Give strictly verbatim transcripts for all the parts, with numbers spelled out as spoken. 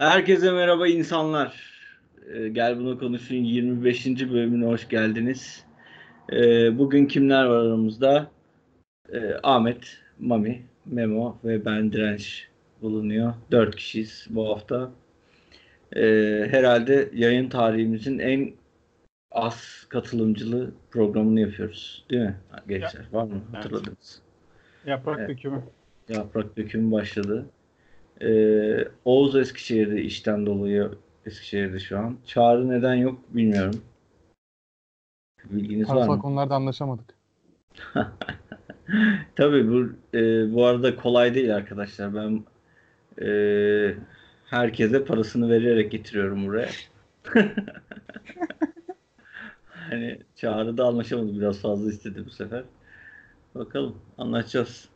Herkese merhaba insanlar. Ee, Gel Bunu Konuşun yirmi beşinci bölümüne hoş geldiniz. Ee, bugün kimler var aramızda? Ee, Ahmet, Mami, Memo ve ben Direnç bulunuyor. Dört kişiyiz bu hafta. Ee, herhalde yayın tarihimizin en az katılımcılı programını yapıyoruz. Değil mi Ya, gençler? Var mı? evet. Hatırladınız. Yaprak Evet, dökümü. yaprak dökümü başladı. Ee, Oğuz Eskişehir'de işten dolayı Eskişehir'de şu an. Çağrı neden yok bilmiyorum. Bilginiz var Parasal mı? konularda anlaşamadık. Tabii bu e, bu arada kolay değil arkadaşlar. Ben e, herkese parasını vererek getiriyorum buraya. Hani Çağrı da anlaşamadı. Biraz fazla istedi bu sefer. Bakalım anlaşacağız.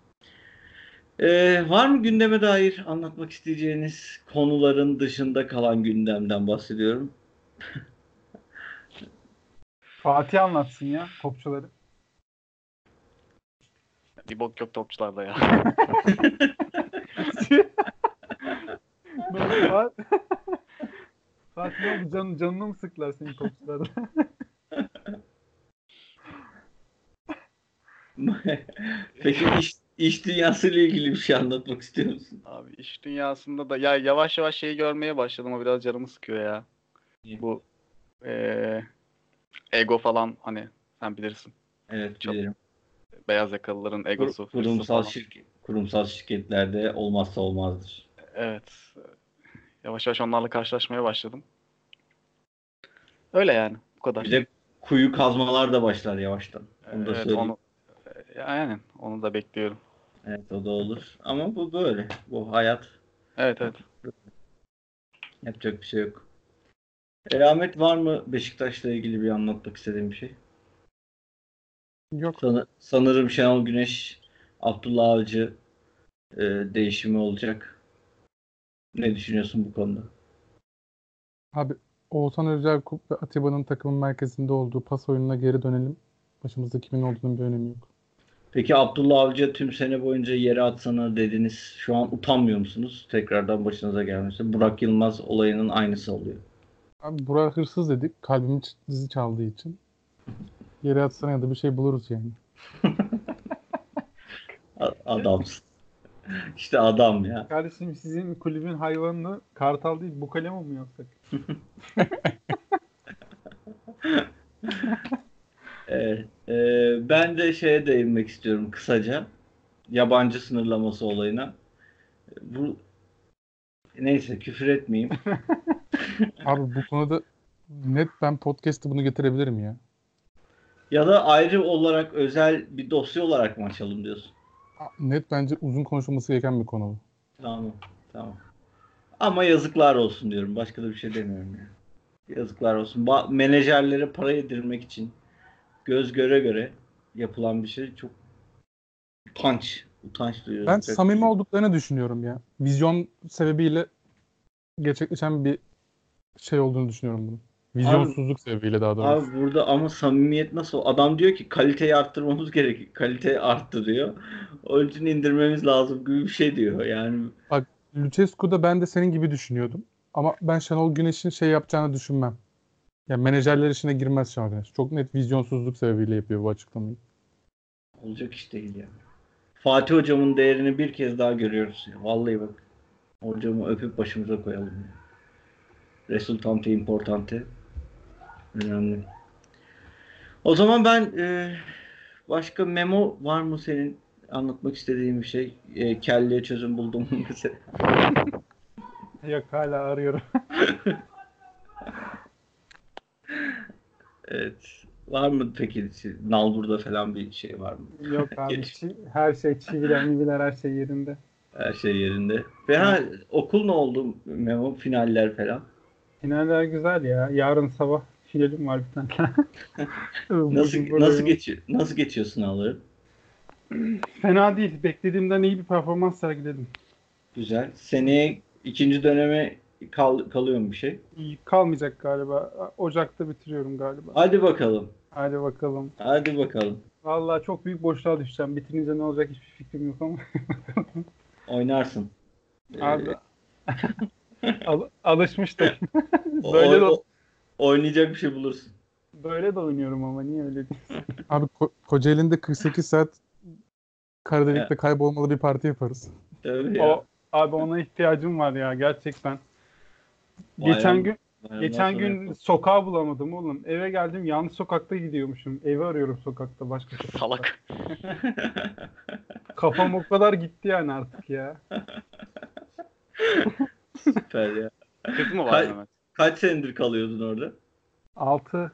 Ee, var mı gündeme dair anlatmak isteyeceğiniz konuların dışında kalan gündemden bahsediyorum. Fatih anlatsın ya topçuları. Bir bok yok topçularda ya. Fatih, Fatih ne oldu? Can, canını mı sıktılar senin topçularda? Peki iş, iş dünyasıyla ilgili bir şey anlatmak istiyor musun? Abi iş dünyasında da ya yavaş yavaş şeyi görmeye başladım. O biraz canımı sıkıyor ya. İyi. Bu eee, ego falan hani sen bilirsin. Evet Çok bilirim. beyaz yakalıların Kur- egosu, hırsı kurumsal falan. şirket, kurumsal şirketlerde olmazsa olmazdır. Evet. Yavaş yavaş onlarla karşılaşmaya başladım. Öyle yani. Bu kadar. Bir de kuyu kazmalar da başlar yavaştan. Onu da Evet söyleyeyim. onu yani onu da bekliyorum. Evet o da olur. Ama bu böyle. Bu hayat. Evet evet. Yapacak bir şey yok. E, Ahmet var mı Beşiktaş'la ilgili bir anlatmak istediğim bir şey? Yok. Sana- sanırım Şenol Güneş, Abdullah Avcı e, değişimi olacak. Ne düşünüyorsun bu konuda? Abi Oğuzhan Özyakut ve Atiba'nın takımın merkezinde olduğu pas oyununa geri dönelim. Başımızda kimin olduğunun bir önemi yok. Peki Abdullah Avcı tüm sene boyunca yere atsana dediniz. Şu an utanmıyor musunuz? Tekrardan başınıza gelmesi. Burak Yılmaz olayının aynısı oluyor. Abi Burak hırsız dedik. Kalbimi ç- dizi çaldığı için. Yere atsana ya da bir şey buluruz yani. A- Adamsın. İşte adam ya. Kardeşim sizin kulübün hayvanını kartal değil bukalema mı yapsak? Evet. Ee, ben de şeye değinmek istiyorum kısaca. Yabancı sınırlaması olayına. Bu neyse küfür etmeyeyim. Abi bu konuda net ben podcast'te bunu getirebilirim ya. Ya da ayrı olarak özel bir dosya olarak mı açalım diyorsun? Net bence uzun konuşulması gereken bir konu bu. Tamam. Tamam. Ama yazıklar olsun diyorum. Başka da bir şey demiyorum ya. Yazıklar olsun. Ba- menajerlere para yedirmek için göz göre göre yapılan bir şey çok utanç. Utanç duyuyoruz. Ben samimi olduklarını düşünüyorum ya. Vizyon sebebiyle gerçekleşen bir şey olduğunu düşünüyorum bunun. Vizyonsuzluk sebebiyle daha doğrusu. Abi burada ama samimiyet nasıl? Adam diyor ki kaliteyi arttırmamız gerekiyor. Kalite arttı diyor. Onun için indirmemiz lazım gibi bir şey diyor. Yani Bak Lucescu'da ben de senin gibi düşünüyordum. Ama ben Şenol Güneş'in şey yapacağını düşünmem. Yani menajerler işine girmez Şenol Güneş. Çok net vizyonsuzluk sebebiyle yapıyor bu açıklamayı. olacak iş değil yani. Fatih hocamın değerini bir kez daha görüyoruz. Ya. Vallahi bak. Hocamı öpüp başımıza koyalım. Ya. Resultante importante. Önemli. O zaman ben e, başka memo var mı senin anlatmak istediğin bir şey? E, kelleye çözüm buldum mu mesela? Yok hala arıyorum. Evet. Var mı peki Nalbur'da falan bir şey var mı? Yok abi Geç. çi- her şey çiviler miviler her şey yerinde. Her şey yerinde. Ve ha, okul ne oldu Memo? Finaller falan. Finaller güzel ya. Yarın sabah finalim var bir tane. Nasıl Bugün nasıl buradayım. geçiyor? Nasıl geçiyor sınavları? Fena değil. Beklediğimden iyi bir performans sergiledim. Güzel. Seneye ikinci döneme kal, kalıyor mu bir şey? İyi kalmayacak galiba. Ocak'ta bitiriyorum galiba. Hadi bakalım. Hadi bakalım. Hadi bakalım. Vallahi çok büyük boşluğa düşeceğim. Bitirince ne olacak hiçbir fikrim yok ama. Oynarsın. Ee, Abi Al- alışmıştım. O- Böyle de o- oynayacak bir şey bulursun. böyle de oynuyorum ama niye öyle değil? Abi Ko- Kocaeli'nde kırk sekiz saat kara Ya, delikte kaybolmalı bir parti yaparız. tabii ya. O abi ona ihtiyacım var ya gerçekten. Geçen Bayram, gün bayramdan geçen sonra gün yapalım. sokağı bulamadım oğlum. Eve geldim yanlış sokakta gidiyormuşum. Evi arıyorum sokakta başka sokakta. Salak. Kafam o kadar gitti yani artık ya. Süper ya. Kız mı var Kaç, Mehmet? kaç senedir kalıyordun orada? Altı.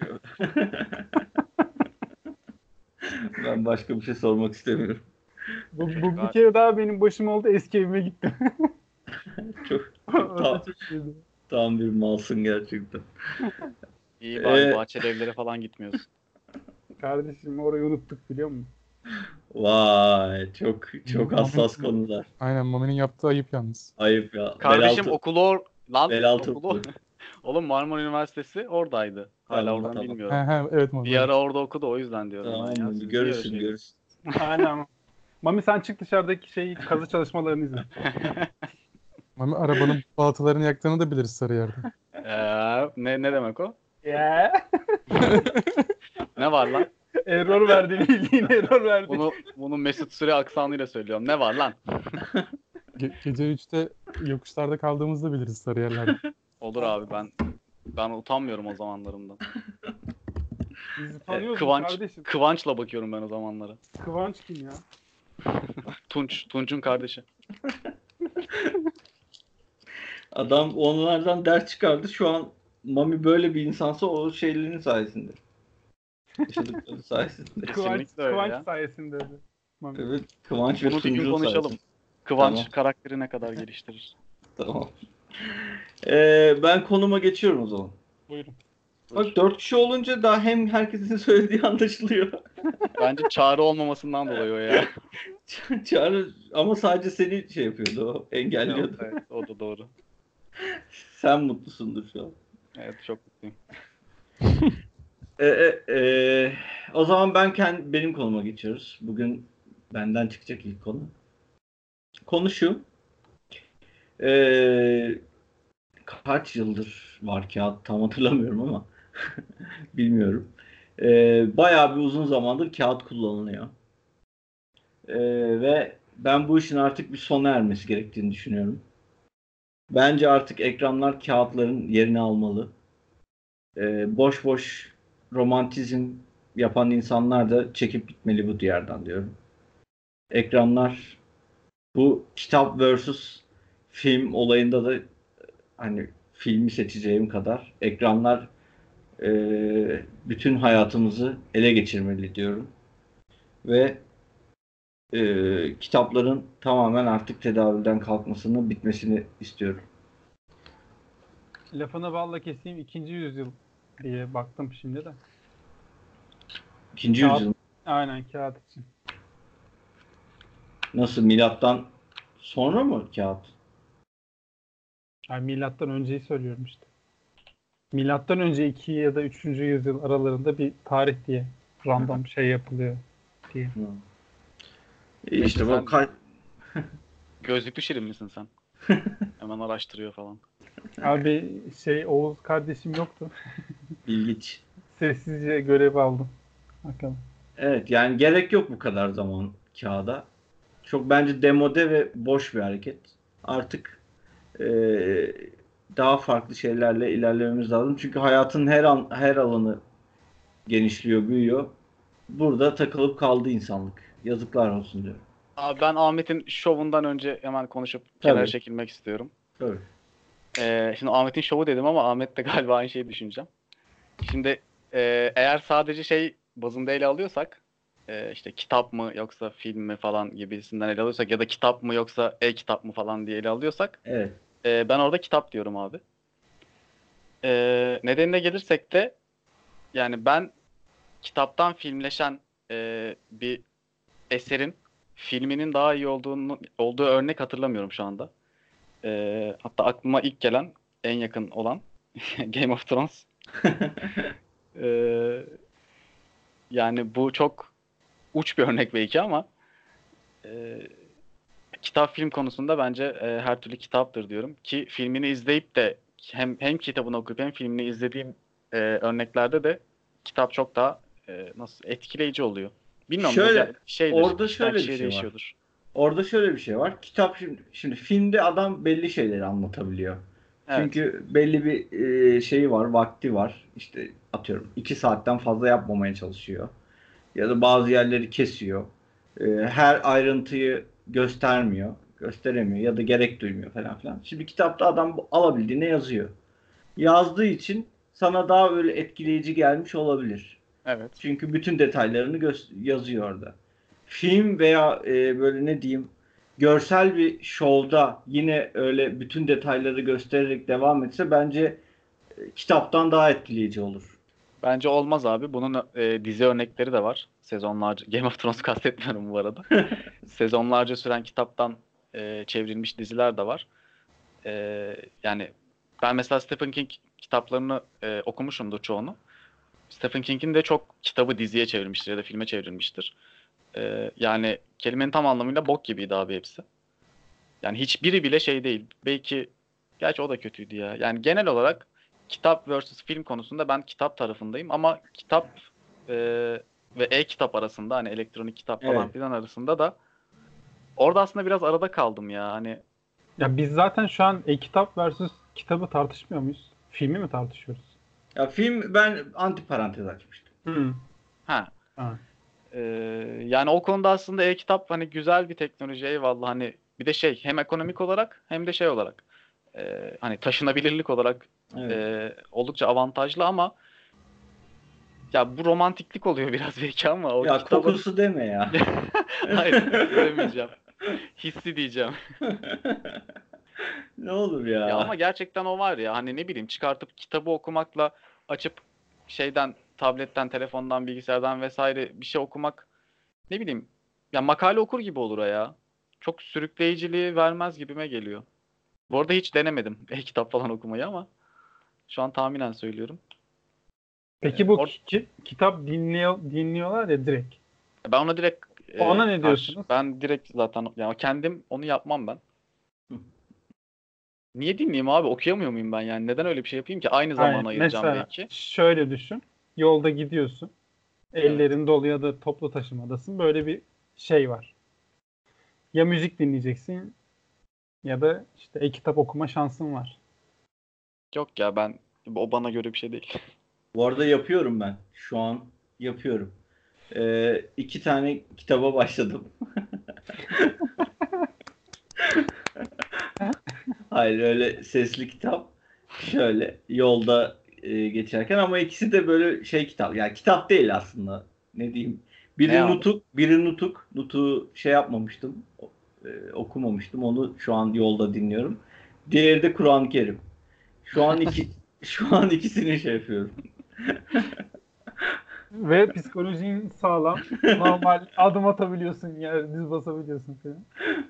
Ben başka bir şey sormak istemiyorum. Bu, bu bir kere daha benim başım oldu. Eski evime gittim. Çok, O çok da tam, çok iyiydi. tam bir malsın gerçekten. İyi bari Ee, bahçeli evlere falan gitmiyorsun. Kardeşim orayı unuttuk biliyor musun? Vay, çok çok hassas Mami- konular. Aynen Mami'nin yaptığı ayıp yalnız. Ayıp ya. Kardeşim Belaltı, okulu or... Lan belaltı okulu... okulu. Oğlum Marmara Üniversitesi oradaydı. Hala Tamam, oradan tamam. He bilmiyorum. he evet Mami. Bir ara orada okudu o yüzden diyorum Tamam ben ya. mı? Siz niye Görürsün, öyle şey- görürsün. Aynen. Mami sen çık dışarıdaki şey kazı çalışmalarını izle. Mami arabanın balatalarını yaktığını da biliriz Sarıyer'de. Ee, ne, ne demek o? Ya. Ne var lan? Error verdi bildiğin error verdi. Bunu bunu Mesut Süre aksanıyla söylüyorum. Ne var lan? Ge- gece üçte yokuşlarda kaldığımızda biliriz Sarıyer'lerde. Olur abi ben ben utanmıyorum o zamanlarımdan. Bizi Ee, tanıyorsun Kıvanç kardeşim. Kıvanç'la bakıyorum ben o zamanlara. Kıvanç kim ya? Tunç Tunç'un kardeşi. Adam onlardan ders çıkardı. Şu an Mami böyle bir insansa o şeylerin sayesinde. Yaşadıkları sayesinde. Kıvanç, Kesinlikle öyle Kıvanç ya. sayesinde öyle. Mami. Evet, Kıvanç ve Bunu bir gün Tunç'un konuşalım. sayesinde. Kıvanç Tamam. karakteri ne kadar geliştirir? Tamam. Ee, ben konuma geçiyorum o zaman. Buyurun. Bak dört kişi olunca daha hem herkesin söylediği anlaşılıyor. Bence çağrı olmamasından dolayı o ya. Çağrı ama sadece seni şey yapıyordu o. Engelliyordu. Evet, o da doğru. Sen mutlusundur şu an. Evet çok mutluyum. Ee, e, e, o zaman ben kendi, benim konuma geçiyoruz. Bugün benden çıkacak ilk konu. Konu şu. Ee, kaç yıldır var kağıt tam hatırlamıyorum ama bilmiyorum. Ee, bayağı bir uzun zamandır kağıt kullanılıyor. Ee, ve ben bu işin artık bir sona ermesi gerektiğini düşünüyorum. Bence artık ekranlar kağıtların yerini almalı. Ee, boş boş romantizm yapan insanlar da çekip gitmeli bu diyardan diyorum. Ekranlar bu kitap versus film olayında da hani filmi seçeceğim kadar ekranlar e, bütün hayatımızı ele geçirmeli diyorum. Ve e, kitapların tamamen artık tedavülden kalkmasını, bitmesini istiyorum. Lafını balla keseyim ikinci yüzyıl diye baktım şimdi de. İkinci Kağıt- yüzyıl Aynen kağıt için. nasıl milattan sonra mı kağıt? Yani milattan önceyi söylüyorum işte. Milattan önce iki ya da üçüncü yüzyıl aralarında bir tarih diye random şey yapılıyor diye. Hı. Peki İşte sen- bu ka- Gözlüklü Şirin misin sen? Hemen araştırıyor falan. Abi şey Oğuz kardeşim yoktu. ilginç. Sessizce görev aldım. Bakalım. Evet yani gerek yok bu kadar zaman kağıda. Çok bence demode ve boş bir hareket. Artık eee, daha farklı şeylerle ilerlememiz lazım. Çünkü hayatın her an her alanı genişliyor, büyüyor. Burada takılıp kaldı insanlık. Yazıklar olsun diyorum. Abi ben Ahmet'in şovundan önce hemen konuşup Tabii. kenara çekilmek istiyorum. Tabii. Ee, şimdi Ahmet'in şovu dedim ama Ahmet de galiba aynı şeyi düşüneceğim. Şimdi e, eğer sadece şey bazında ele alıyorsak e, işte kitap mı yoksa film mi falan gibisinden ele alıyorsak ya da kitap mı yoksa e-kitap mı falan diye ele alıyorsak Evet. e, ben orada kitap diyorum abi. E, nedenine gelirsek de yani ben kitaptan filmleşen e, bir eserin filminin daha iyi olduğunu olduğu örnek hatırlamıyorum şu anda. E, hatta aklıma ilk gelen en yakın olan Game of Thrones. Ee, yani bu çok uç bir örnek belki ama e, kitap film konusunda bence e, her türlü kitaptır diyorum. Ki filmini izleyip de hem hem kitabını okuyup hem filmini izlediğim e, örneklerde de kitap çok daha e, nasıl etkileyici oluyor. Bilmiyorum, bu Şöyle, bir şeydir. orada Kişiden şöyle bir kişiye şey var. değişiyordur. Orada şöyle bir şey var. Kitap şimdi, şimdi filmde adam belli şeyleri anlatabiliyor. Evet. Çünkü belli bir e, şeyi var, vakti var. İşte atıyorum iki saatten fazla yapmamaya çalışıyor. Ya da bazı yerleri kesiyor. E, her ayrıntıyı göstermiyor, gösteremiyor ya da gerek duymuyor falan filan. Şimdi kitapta adam bu- alabildiğine yazıyor. Yazdığı için sana daha böyle etkileyici gelmiş olabilir. Evet. Çünkü bütün detaylarını gö- yazıyor orada. Film veya e, böyle ne diyeyim görsel bir şovda yine öyle bütün detayları göstererek devam etse bence e, kitaptan daha etkileyici olur. Bence olmaz abi. Bunun e, dizi örnekleri de var. Sezonlarca. Game of Thrones'u kastetmiyorum bu arada. Sezonlarca süren kitaptan e, çevrilmiş diziler de var. E, yani ben mesela Stephen King kitaplarını e, okumuşumdur çoğunu. Stephen King'in de çok kitabı diziye çevrilmiştir ya da filme çevrilmiştir. E, yani kelimenin tam anlamıyla bok gibiydi abi hepsi. Yani hiçbiri bile şey değil. Belki gerçi o da kötüydü ya. Yani genel olarak kitap versus film konusunda ben kitap tarafındayım ama kitap e, ve e-kitap arasında, hani elektronik kitap falan Evet. filan arasında da orada aslında biraz arada kaldım ya. Hani Ya biz zaten şu an e-kitap versus kitabı tartışmıyor muyuz? Filmi mi tartışıyoruz? Ya film ben anti parantez açmıştım. Hı. ha Ha. e, yani o konuda aslında e-kitap hani güzel bir teknoloji, eyvallah, hani bir de şey, hem ekonomik olarak hem de şey olarak e, hani taşınabilirlik olarak Evet. e, oldukça avantajlı ama ya bu romantiklik oluyor biraz belki ama o Ya kitabın kokusu deme ya. hayır, kokusu demeyeceğim. Hissi diyeceğim. Ne olur Ya ama ya. gerçekten o var ya, hani ne bileyim, çıkartıp kitabı okumakla açıp şeyden, tabletten, telefondan, bilgisayardan vesaire bir şey okumak, ne bileyim, ya makale okur gibi olur o ya. Çok sürükleyiciliği vermez gibime geliyor. Bu arada hiç denemedim e-kitap falan okumayı ama şu an tahminen söylüyorum. Peki Ee, bu or- ki- ki- kitap dinliyor dinliyorlar ya direkt. ben ona direkt Ona e, ne karşı diyorsunuz? ben direkt zaten, yani kendim onu yapmam ben. Niye dinleyeyim abi? Okuyamıyor muyum ben yani? Neden öyle bir şey yapayım ki? Aynı Hayır. zamanı ayıracağım Mesela belki. şöyle düşün. Yolda gidiyorsun. Evet. Ellerin dolu ya da toplu taşımadasın. Böyle bir şey var. Ya müzik dinleyeceksin ya da işte e-kitap okuma şansın var. Yok ya, ben o bana göre bir şey değil. Bu arada yapıyorum ben. Şu an yapıyorum. Ee, iki tane kitaba başladım. Hayır öyle sesli kitap. Şöyle yolda e, geçerken ama ikisi de böyle şey kitap. Yani kitap değil aslında. Ne diyeyim? Ne Biri abi? nutuk, biri nutuk. Nutuğu şey yapmamıştım. e, okumamıştım. Onu şu an yolda dinliyorum. Diğeri de Kur'an-ı Kerim. Şu an iki şu an ikisini şey yapıyorum. Ve psikolojin sağlam. Normal adım atabiliyorsun, yer düz basabiliyorsun falan.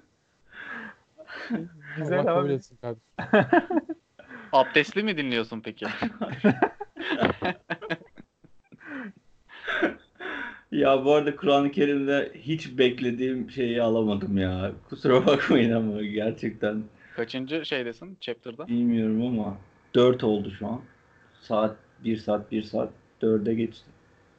Allah Güzel kabul abi. etsin kardeşim. Abdestli mi dinliyorsun peki? Ya bu arada Kur'an-ı Kerim'de hiç beklediğim şeyi alamadım ya. Kusura bakmayın ama gerçekten Kaçıncı şeydesin? Chapter'da? bilmiyorum ama dört oldu şu an. Saat bir saat bir saat dörde geçti.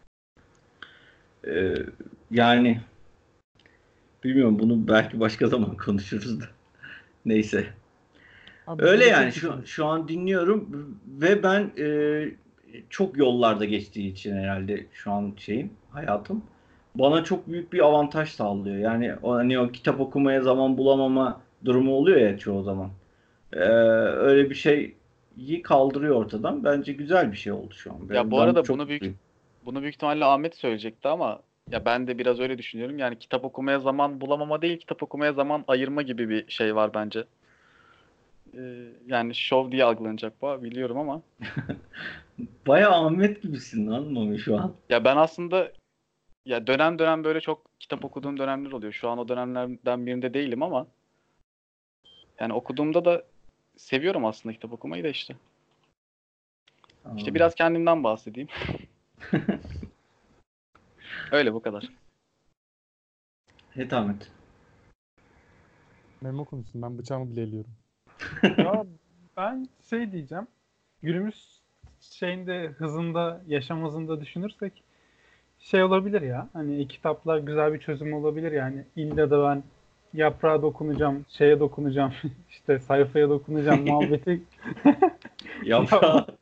Ee, yani bilmiyorum bunu belki başka zaman konuşuruz da. Neyse. Abi Öyle burada yani tek şu düşünüyorum. şu an dinliyorum ve ben e, çok yollarda geçtiği için herhalde şu an şeyim hayatım bana çok büyük bir avantaj sağlıyor. Yani o hani o kitap okumaya zaman bulamama durumu oluyor ya çoğu zaman. Ee, öyle bir şeyi kaldırıyor ortadan. Bence güzel bir şey oldu şu an. Ya Ben, bu ben arada çok bunu büyük mutluyum. bunu büyük ihtimalle Ahmet söyleyecekti ama ya ben de biraz öyle düşünüyorum. Yani kitap okumaya zaman bulamama değil, kitap okumaya zaman ayırma gibi bir şey var bence. Ee, yani şov diye algılanacak bu, biliyorum ama Bayağı Ahmet gibisin lan Mami şu an. ya ben aslında, ya dönem dönem böyle çok kitap okuduğum dönemler oluyor. Şu an o dönemlerden birinde değilim ama yani okuduğumda da seviyorum aslında kitap okumayı da işte. İşte Anladım. biraz kendimden bahsedeyim. Öyle, bu kadar. Evet Ahmet. Memo konuşsun. Ben bıçağımı bile eliyorum. Ya ben şey diyeceğim. Günümüz şeyinde hızında, yaşam hızında düşünürsek şey olabilir ya. Hani kitaplar güzel bir çözüm olabilir yani. İlla da ben yaprağa dokunacağım, şeye dokunacağım, işte sayfaya dokunacağım muhabbeti. Ya, Yaprağı.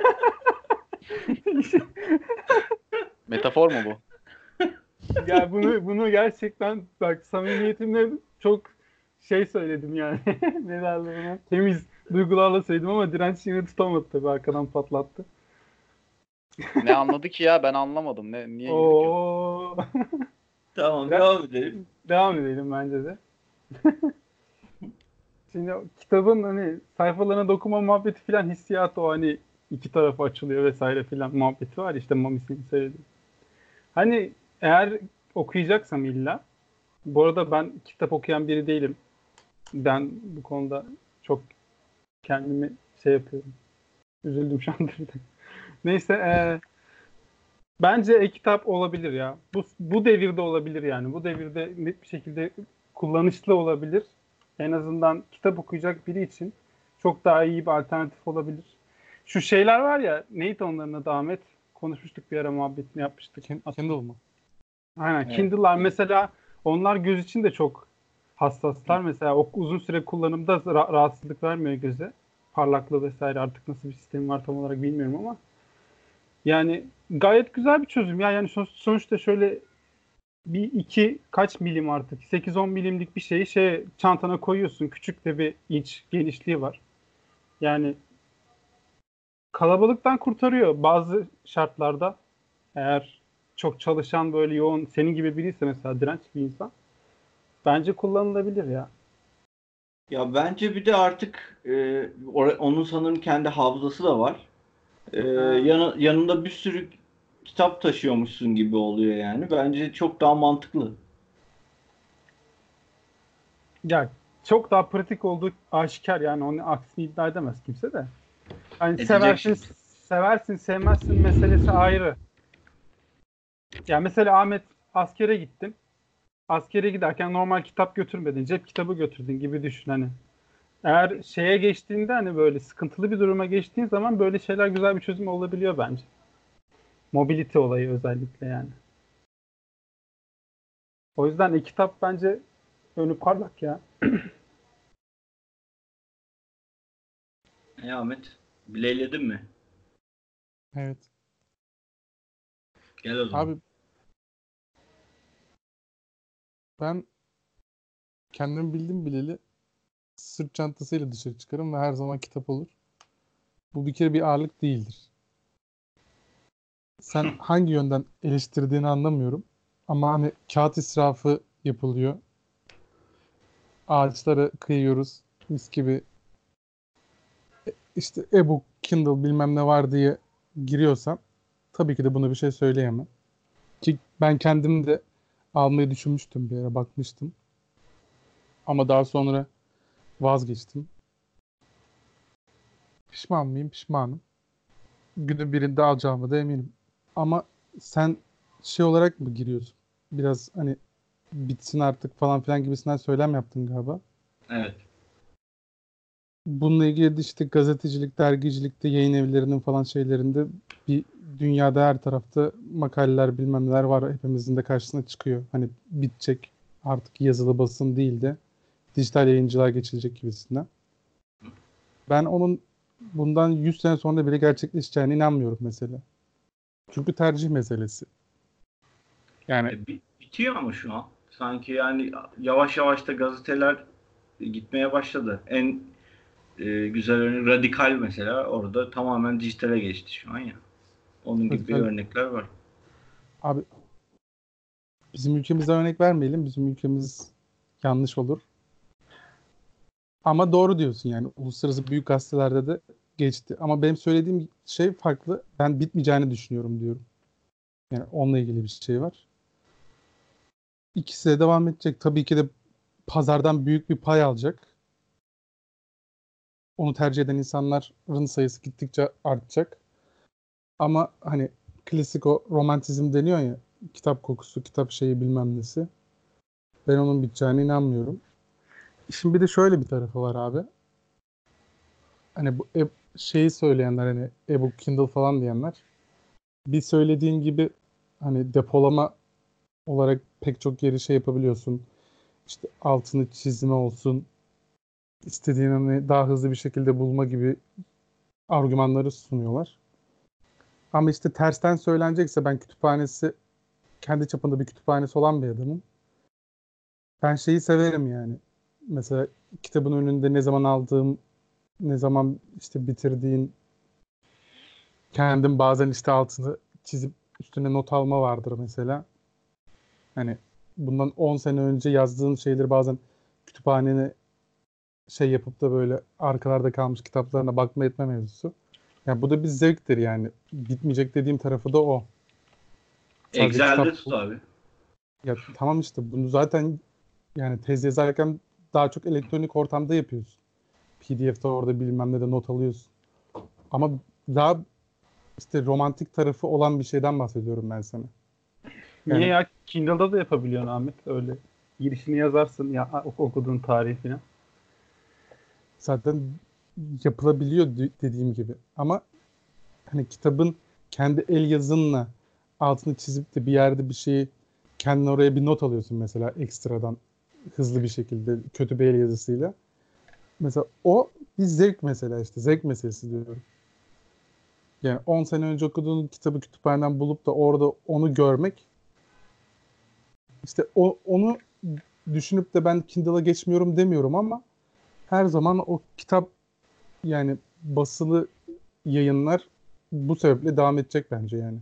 Metafor mu bu? ya bunu bunu gerçekten bak samimiyetimle çok şey söyledim yani. Ne derler buna? Temiz duygularla söyledim ama direnç yine tutamadı tabii arkadan patlattı. Ne anladı ki ya? Ben anlamadım. Ne niye güldü ki? Oo. Tamam, Biraz devam edelim. devam edelim bence de. Şimdi o kitabın hani sayfalarına dokunma muhabbeti filan hissiyatı o hani iki tarafı açılıyor vesaire filan muhabbeti var ya, işte Mami'sin söyledi. Hani eğer okuyacaksam illa, bu arada ben kitap okuyan biri değilim. Ben bu konuda çok kendimi şey yapıyorum. Üzüldüm şu anda bir de. Neyse e, bence e-kitap olabilir ya. Bu, bu devirde olabilir yani. Bu devirde net bir şekilde kullanışlı olabilir. En azından kitap okuyacak biri için çok daha iyi bir alternatif olabilir. Şu şeyler var ya, neydi onların adı Ahmet? Konuşmuştuk bir ara, muhabbetini yapmıştık. Ken- Kendall mı? Aynen. Evet. Kindle'lar mesela, onlar göz için de çok hassaslar. Mesela o uzun süre kullanımda ra- rahatsızlık vermiyor göze. Parlaklığı vesaire, artık nasıl bir sistemi var tam olarak bilmiyorum ama. Yani gayet güzel bir çözüm ya. Yani son- sonuçta şöyle bir iki kaç milim artık sekiz on milimlik bir şeyi şey çantana koyuyorsun. Küçük de bir iç genişliği var. Yani kalabalıktan kurtarıyor bazı şartlarda. Eğer çok çalışan böyle yoğun senin gibi biriyse, mesela direnç bir insan, bence kullanılabilir ya. Ya bence bir de artık e, or- onun sanırım kendi hafızası da var. E, Ha. yanı- yanında bir sürü kitap taşıyormuşsun gibi oluyor yani. Bence çok daha mantıklı. Ya çok daha pratik olduğu aşikar, yani onu aksini iddia edemez kimse de. Hani Edecek seversin şimdi. seversin sevmezsin meselesi ayrı. Ya mesela Ahmet, askere gittin. Askere giderken normal kitap götürmedin. Cep kitabı götürdün gibi düşün hani. Eğer şeye geçtiğinde, hani böyle sıkıntılı bir duruma geçtiğin zaman böyle şeyler güzel bir çözüm olabiliyor bence. Mobility olayı özellikle yani. O yüzden e-kitap bence önü parlak ya. E Ahmet, bileyledin mi? Evet. Gel o zaman. Abi ben kendimi bildim bileli sırt çantasıyla dışarı çıkarım ve her zaman kitap olur. Bu bir kere bir ağırlık değildir. Sen hangi yönden eleştirdiğini anlamıyorum. Ama hani kağıt israfı yapılıyor. Ağaçları kıyıyoruz. Mis gibi işte e-book, Kindle bilmem ne var diye giriyorsam tabii ki de buna bir şey söyleyemem. Ki ben kendim de almayı düşünmüştüm, bir ara bakmıştım. Ama daha sonra vazgeçtim. Pişman mıyım? Pişmanım. Günün birinde alacağıma da eminim. Ama sen şey olarak mı giriyorsun? Biraz hani bitsin artık falan filan gibisinden söylem yaptın galiba. Evet. Bununla ilgili de işte gazetecilik, dergicilikte, yayın evlerinin falan şeylerinde bir dünyada her tarafta makaleler bilmem neler var. Hepimizin de karşısına çıkıyor. Hani bitecek, artık yazılı basın değil de dijital yayıncılığa geçilecek gibisinden. Ben onun bundan yüz sene sonra bile gerçekleşeceğine inanmıyorum mesela. Çünkü tercih meselesi. Yani E, bi- bitiyor ama şu an. Sanki yani yavaş yavaş da gazeteler gitmeye başladı. En e, güzel örnek Radikal mesela, orada tamamen dijitale geçti şu an ya. Onun gibi radikal, örnekler var. abi bizim ülkemizden örnek vermeyelim. Bizim ülkemiz yanlış olur. Ama doğru diyorsun yani. Uluslararası büyük gazetelerde de geçti. Ama benim söylediğim şey farklı. Ben bitmeyeceğini düşünüyorum diyorum. Yani onunla ilgili bir şey var. İkisi de devam edecek. Tabii ki de pazardan büyük bir pay alacak. Onu tercih eden insanların sayısı gittikçe artacak. Ama hani klasik o romantizm deniyor ya, kitap kokusu, kitap şeyi bilmem nesi. Ben onun biteceğine inanmıyorum. Şimdi bir de şöyle bir tarafı var abi. Hani bu e- şeyi söyleyenler, hani e-book, Kindle falan diyenler, bir söylediğin gibi hani depolama olarak pek çok yeri şey yapabiliyorsun. İşte altını çizme olsun, istediğin hani daha hızlı bir şekilde bulma gibi argümanları sunuyorlar. Ama işte tersten söylenecekse, ben kütüphanesi, kendi çapında bir kütüphanesi olan bir adamım. Ben şeyi severim yani. Mesela kitabın önünde ne zaman aldığım, ne zaman işte bitirdiğin, kendim bazen işte altını çizip üstüne not alma vardır mesela. Hani bundan on sene önce yazdığın şeyleri bazen kütüphanene şey yapıp da böyle arkalarda kalmış kitaplarına bakma etme mevzusu. Yani bu da bir zevktir yani. Bitmeyecek dediğim tarafı da o. Sadece kitap. Excel'de tut abi. Ya tamam, işte bunu zaten yani tez yazarken daha çok elektronik ortamda yapıyorsun. P D F'de orada bilmem ne de not alıyorsun. Ama daha işte romantik tarafı olan bir şeyden bahsediyorum ben sana. Niye Yani ya? Kindle'da da yapabiliyorsun Ahmet. Öyle. Girişini yazarsın ya ok- okuduğun tarihi falan. zaten yapılabiliyor d- dediğim gibi. Ama hani kitabın kendi el yazınla altını çizip de bir yerde bir şeyi, kendin oraya bir not alıyorsun mesela ekstradan, hızlı bir şekilde kötü bir el yazısıyla. Mesela o bir zevk mesela, işte zevk meselesi diyorum. Yani on sene önce okuduğun kitabı kütüphaneden bulup da orada onu görmek, işte o, onu düşünüp de ben Kindle'a geçmiyorum demiyorum ama her zaman o kitap, yani basılı yayınlar bu sebeple devam edecek bence yani.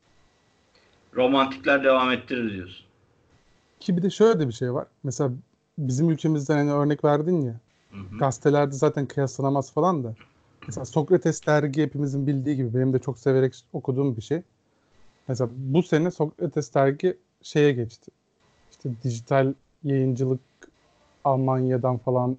Romantikler devam ettirir diyorsun. Ki bir de şöyle de bir şey var. Mesela bizim ülkemizden hani örnek verdin ya, Hı hı. gazetelerde zaten kıyaslanamaz falan da. Mesela Sokrates dergi hepimizin bildiği gibi benim de çok severek okuduğum bir şey. Mesela bu sene Sokrates dergi şeye geçti. İşte dijital yayıncılık Almanya'dan falan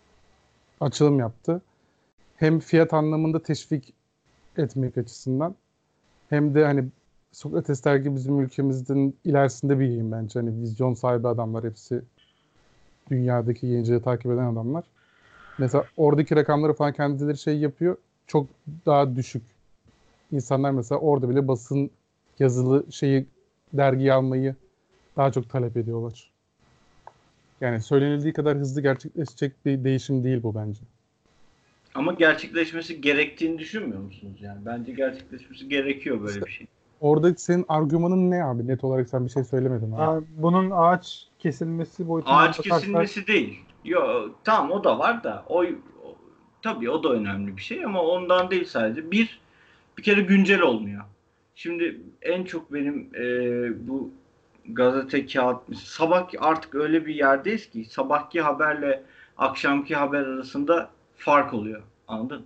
açılım yaptı. Hem fiyat anlamında teşvik etmek açısından, hem de hani Sokrates dergi bizim ülkemizin ilerisinde bir yayın bence. Hani vizyon sahibi adamlar hepsi, dünyadaki yayıncılığı takip eden adamlar. Mesela oradaki rakamları falan kendileri şey yapıyor. Çok daha düşük. İnsanlar mesela orada bile basın yazılı şeyi, dergiyi almayı daha çok talep ediyorlar. Yani söylenildiği kadar hızlı gerçekleşecek bir değişim değil bu bence. Ama gerçekleşmesi gerektiğini düşünmüyor musunuz yani? Bence gerçekleşmesi gerekiyor böyle İşte bir şey. orada senin argümanın ne abi? Net olarak sen bir şey söylemedin abi. Aa, bunun ağaç kesilmesi boyutundan Ağaç bakarsak kesilmesi değil. Yo, tamam o da var da o, o tabii o da önemli bir şey ama ondan değil sadece. Bir bir kere güncel olmuyor. Şimdi en çok benim e, bu gazete, kağıt, sabah artık öyle bir yerdeyiz ki sabahki haberle akşamki haber arasında fark oluyor. Anladın?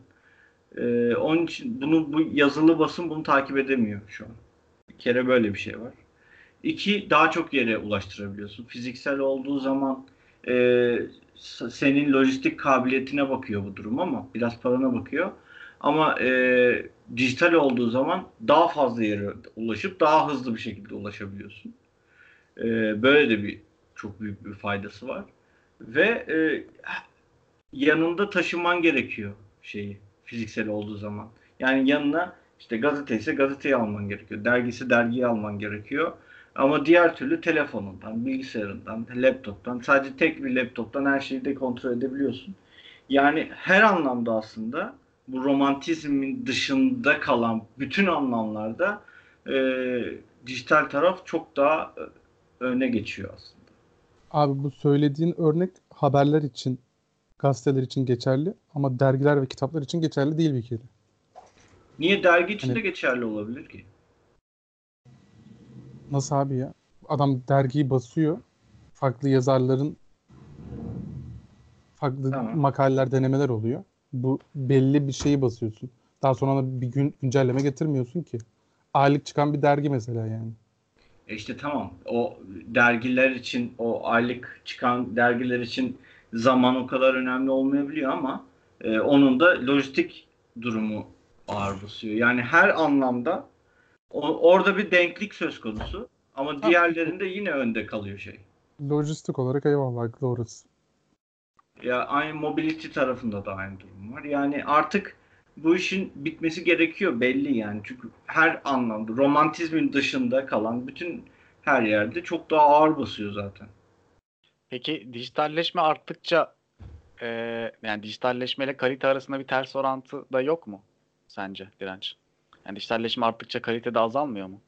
E, onun için bunu bu yazılı basın bunu takip edemiyor şu an. Bir kere böyle bir şey var. İki, daha çok yere ulaştırabiliyorsun. Fiziksel olduğu zaman e, senin lojistik kabiliyetine bakıyor bu durum ama biraz parana bakıyor. Ama e, dijital olduğu zaman daha fazla yere ulaşıp daha hızlı bir şekilde ulaşabiliyorsun. E, böyle de bir çok büyük bir faydası var. Ve e, yanında taşıman gerekiyor şeyi fiziksel olduğu zaman. Yani yanına işte gazete ise gazeteyi alman gerekiyor. Dergi ise dergiyi alman gerekiyor. Ama diğer türlü telefonundan, bilgisayarından, laptoptan, sadece tek bir laptoptan her şeyi de kontrol edebiliyorsun. Yani her anlamda aslında bu romantizmin dışında kalan bütün anlamlarda e, dijital taraf çok daha öne geçiyor aslında. Abi bu söylediğin örnek haberler için, gazeteler için geçerli ama dergiler ve kitaplar için geçerli değil bir kere. Niye dergi için Hani de geçerli olabilir ki? nasıl abi ya? Adam dergiyi basıyor. Farklı yazarların farklı Tamam. makaleler, denemeler oluyor. Bu belli bir şeyi basıyorsun. Daha sonra ona bir gün güncelleme getirmiyorsun ki. Aylık çıkan bir dergi mesela yani. E işte tamam. O dergiler için, o aylık çıkan dergiler için zaman o kadar önemli olmayabiliyor ama e, onun da lojistik durumu ağır basıyor. Yani her anlamda o- orada bir denklik söz konusu ama Tamam. diğerlerinde yine önde kalıyor şey. Lojistik olarak eyvallah, haklı orası. Ya aynı mobility tarafında da aynı durum var. Yani artık bu işin bitmesi gerekiyor belli yani. Çünkü her anlamda romantizmin dışında kalan bütün her yerde çok daha ağır basıyor zaten. Peki dijitalleşme arttıkça e, yani dijitalleşmeyle kalite arasında bir ters orantı da yok mu sence Direnç? Yani dijitalleşme arttıkça kalite de azalmıyor mu?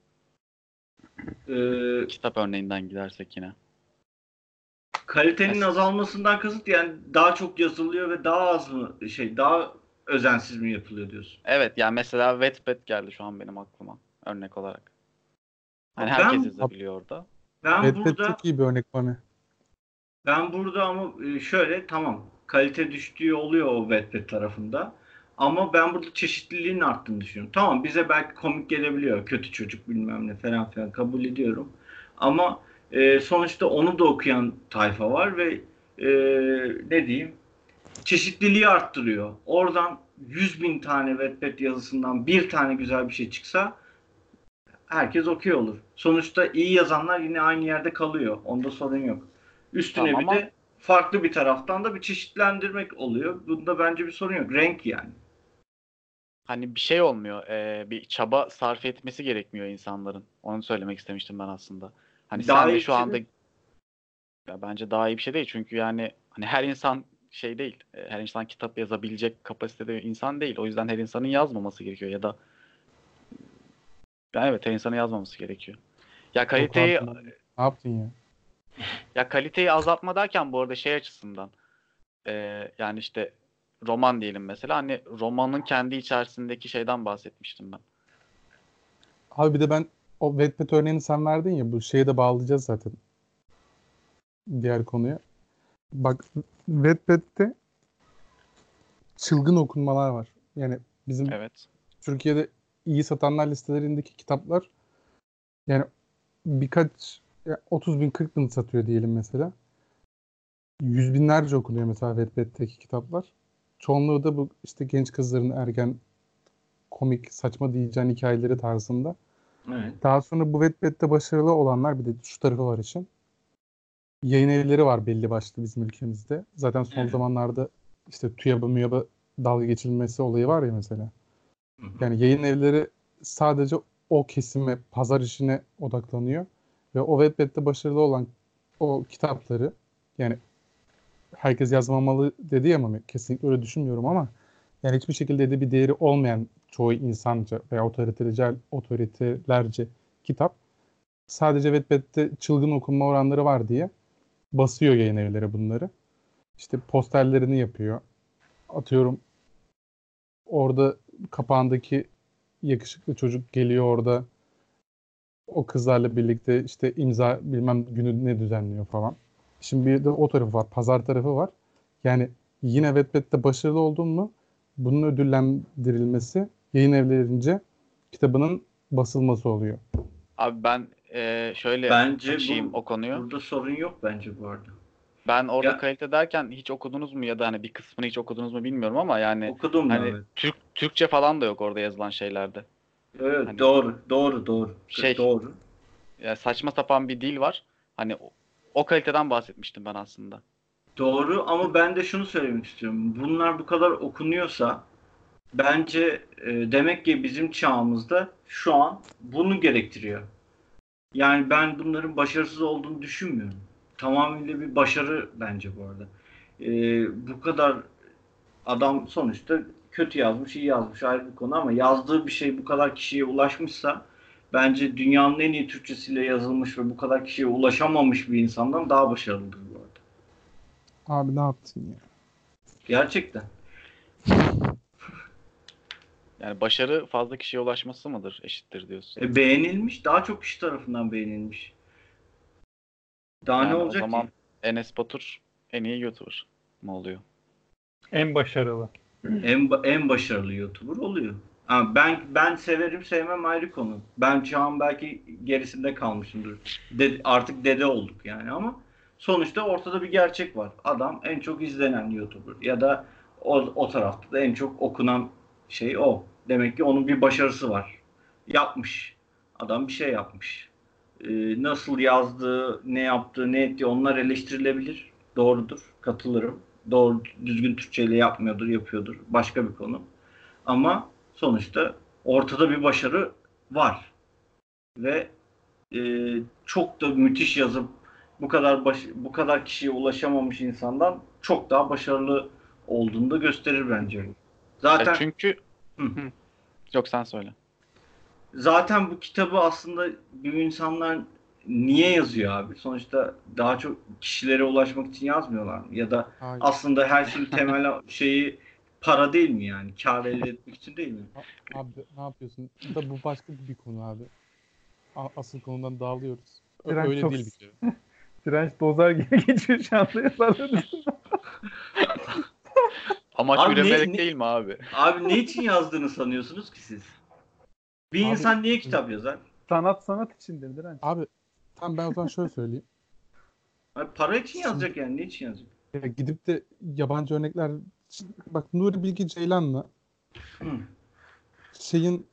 Ee, Kitap örneğinden gidersek yine. kalitenin Mes- azalmasından kasıt yani daha çok yazılıyor ve daha az mı şey daha özensiz mi yapılıyor diyorsun? evet yani mesela Wattpad geldi şu an benim aklıma örnek olarak. Hani Abi herkes ben yazabiliyor orada. ben Wattpad burada çok iyi bir örnek Mami. Ben burada ama e, şöyle tamam kalite düştüğü oluyor o Wattpad tarafında. Ama ben burada çeşitliliğin arttığını düşünüyorum. Tamam bize belki komik gelebiliyor. Kötü çocuk bilmem ne falan filan kabul ediyorum. Ama e, sonuçta onu da okuyan tayfa var ve e, ne diyeyim çeşitliliği arttırıyor. Oradan yüz bin tane Wattpad yazısından bir tane güzel bir şey çıksa herkes okey olur. Sonuçta iyi yazanlar yine aynı yerde kalıyor. Onda sorun yok. Tamam Üstüne bir ama de farklı bir taraftan da bir çeşitlendirmek oluyor. Bunda bence bir sorun yok. Renk yani. hani bir şey olmuyor. E, bir çaba sarf etmesi gerekmiyor insanların. Onu söylemek istemiştim ben aslında. Hani Daha sen de iyi bir şu şey anda değil. ya bence daha iyi bir şey değil. Çünkü yani hani her insan şey değil. E, Her insan kitap yazabilecek kapasitede insan değil. O yüzden her insanın yazmaması gerekiyor ya da yani evet her insanın yazmaması gerekiyor. Ya Çok kaliteyi hard Mami. Ne yaptın ya? ya kaliteyi azaltma derken bu arada şey açısından e, yani işte roman diyelim mesela hani romanın kendi içerisindeki şeyden bahsetmiştim ben. Abi bir de ben o Wattpad örneğini sen verdin ya, bu şeye de bağlayacağız zaten diğer konuya. Bak, Wattpad'de çılgın okunmalar var. Yani bizim Evet. Türkiye'de iyi satanlar listelerindeki kitaplar yani birkaç ya otuz bin kırk bin satıyor diyelim mesela. Yüz binlerce okunuyor mesela Wattpad'deki kitaplar. Çoğunluğu da bu işte genç kızların ergen komik saçma diyeceğin hikayeleri tarzında. Evet. Daha sonra bu Wattpad'de başarılı olanlar bir de şu tarafı var için. Yayın evleri var belli başlı bizim ülkemizde. Zaten son Evet. zamanlarda işte TÜYAB'a MÜYAB'a dalga geçilmesi olayı var ya mesela. Hı hı. Yani yayın evleri sadece o kesime, pazar işine odaklanıyor. Ve o Wattpad'de başarılı olan o kitapları, yani herkes yazmamalı dedi ya Mami, kesinlikle öyle düşünmüyorum ama yani hiçbir şekilde de bir değeri olmayan çoğu insanca veya otoritelerce, otoritelerce kitap sadece Wattpad'de çılgın okunma oranları var diye basıyor yayın evleri bunları. İşte posterlerini yapıyor. Atıyorum, orada kapağındaki yakışıklı çocuk geliyor orada o kızlarla birlikte işte imza bilmem günü ne düzenliyor falan. Şimdi bir de o tarafı var. Pazar tarafı var. Yani yine Wattpad'de başarılı oldun mu bunun ödüllendirilmesi yayın evlerince kitabının basılması oluyor. Abi ben e, şöyle Bence açayım bu o konuyu. burada sorun yok bence bu arada. Ben orada Ya kalite derken hiç okudunuz mu ya da hani bir kısmını hiç okudunuz mu bilmiyorum ama yani okudum da hani evet. Türk Türkçe falan da yok orada yazılan şeylerde. Evet Hani doğru doğru doğru şey doğru. ya saçma sapan bir dil var. Hani o, o kaliteden bahsetmiştim ben aslında. Doğru ama ben de şunu söylemek istiyorum. Bunlar bu kadar okunuyorsa bence e, demek ki bizim çağımızda şu an bunu gerektiriyor. Yani ben bunların başarısız olduğunu düşünmüyorum. Tamamıyla bir başarı bence bu arada. E, bu kadar adam sonuçta kötü yazmış, iyi yazmış ayrı bir konu ama yazdığı bir şey bu kadar kişiye ulaşmışsa bence dünyanın en iyi Türkçesiyle yazılmış ve bu kadar kişiye ulaşamamış bir insandan daha başarılıdır bu arada. Abi ne yaptın ya? Gerçekten. Yani başarı fazla kişiye ulaşması mıdır eşittir diyorsun. E, beğenilmiş, daha çok kişi tarafından beğenilmiş. Daha ne Yani o olacak ki? zaman Enes Batur en iyi YouTuber mı oluyor? En başarılı. En en başarılı YouTuber oluyor. Ha, ben ben severim sevmem ayrı konu. Ben şu an belki gerisinde kalmışımdır. De, artık dede olduk yani ama sonuçta ortada bir gerçek var. Adam en çok izlenen YouTuber ya da o, o tarafta da en çok okunan şey o. Demek ki onun bir başarısı var. Yapmış. Adam bir şey yapmış. Ee, nasıl yazdığı, ne yaptığı, ne ettiği onlar eleştirilebilir. Doğrudur. Katılırım. doğru düzgün Türkçeyle yapmıyordur, yapıyordur. Başka bir konu. Ama sonuçta ortada bir başarı var. Ve e, çok da müthiş yazıp bu kadar baş, bu kadar kişiye ulaşamamış insandan çok daha başarılı olduğunu da gösterir bence. Zaten Ya çünkü Hı. Hı. Yok, sen söyle. zaten bu kitabı aslında bu insanlar niye yazıyor abi? Sonuçta daha çok kişilere ulaşmak için yazmıyorlar mı? Ya da Hayır. aslında her şeyin temel şeyi para değil mi yani? Kâr elde etmek için değil mi? A- Abi ne yapıyorsun? Da bu başka bir konu abi. A- Asıl konudan dağılıyoruz. Ö- Direnç öyle çok değil bir kere. direnç dozar gibi geçiyor şu anda yazarların. Amaç Abi ne, üremek ne değil mi abi? abi ne için yazdığını sanıyorsunuz ki siz? Bir Abi, insan niye kitap yazar? Sanat sanat içindir direnç. Abi tam ben o zaman şöyle söyleyeyim. Abi para için Şimdi yazacak yani. Ne için yazacak? ya gidip de yabancı örnekler, bak Nuri Bilge Ceylan'la Hı. şeyin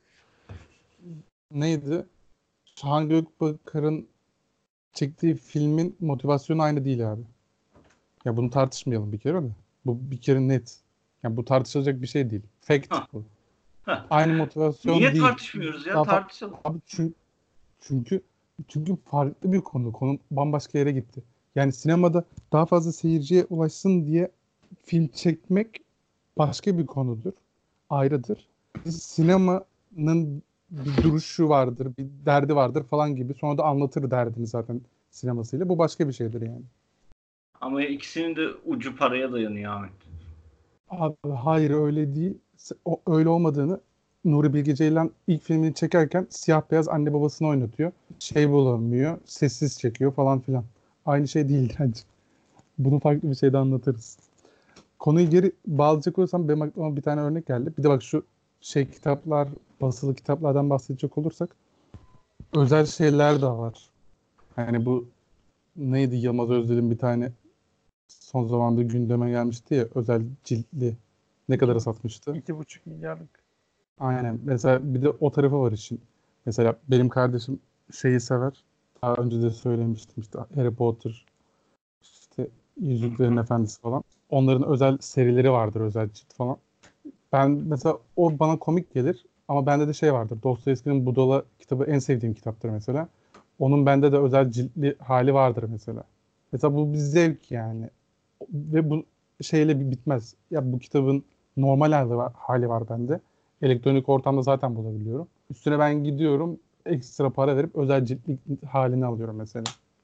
neydi? Şahan Gökbakar'ın çektiği filmin motivasyonu aynı değil abi. Ya bunu tartışmayalım bir kere de. Bu bir kere net. Yani bu tartışılacak bir şey değil. Fact Hah. bu. Hah. Aynı motivasyon Niye değil. tartışmıyoruz ya? Daha fa- Tartışalım. abi çünkü, çünkü çünkü farklı bir konu. Konu bambaşka yere gitti. Yani sinemada daha fazla seyirciye ulaşsın diye film çekmek başka bir konudur. Ayrıdır. Sinemanın bir duruşu vardır, bir derdi vardır falan gibi. Sonra da anlatır derdini zaten sinemasıyla. Bu başka bir şeydir yani. Ama ikisinin de ucu paraya dayanıyor Ahmet. Abi hayır öyle değil. O, öyle olmadığını Nuri Bilge Ceylan ilk filmini çekerken siyah beyaz anne babasını oynatıyor. Şey bulamıyor, sessiz çekiyor falan filan. Aynı şey değil bence. Bunu farklı bir şeyde anlatırız. Konuyu geri bağlayacak olursam benim aklıma bir tane örnek geldi. Bir de bak şu şey kitaplar, basılı kitaplardan bahsedecek olursak özel şeyler de var. Yani bu neydi, Yılmaz Özdil'in bir tane son zamanda gündeme gelmişti ya, özel ciltli, ne kadara satmıştı? İki buçuk milyarlık. Aynen. Mesela bir de o tarafı var işin. Mesela benim kardeşim şeyi sever. Daha önce de söylemiştim, işte Harry Potter, işte Yüzüklerin Efendisi falan. Onların özel serileri vardır, özel cilt falan. Ben mesela o bana komik gelir ama bende de şey vardır. Dostoyevski'nin Budala kitabı en sevdiğim kitaptır mesela. Onun bende de özel ciltli hali vardır mesela. Mesela bu bir zevk yani. Ve bu şeyle bir bitmez. Ya bu kitabın normal hali var, hali var bende. Elektronik ortamda zaten bulabiliyorum. Üstüne ben gidiyorum ekstra para verip özel ciltli halini alıyorum mesela.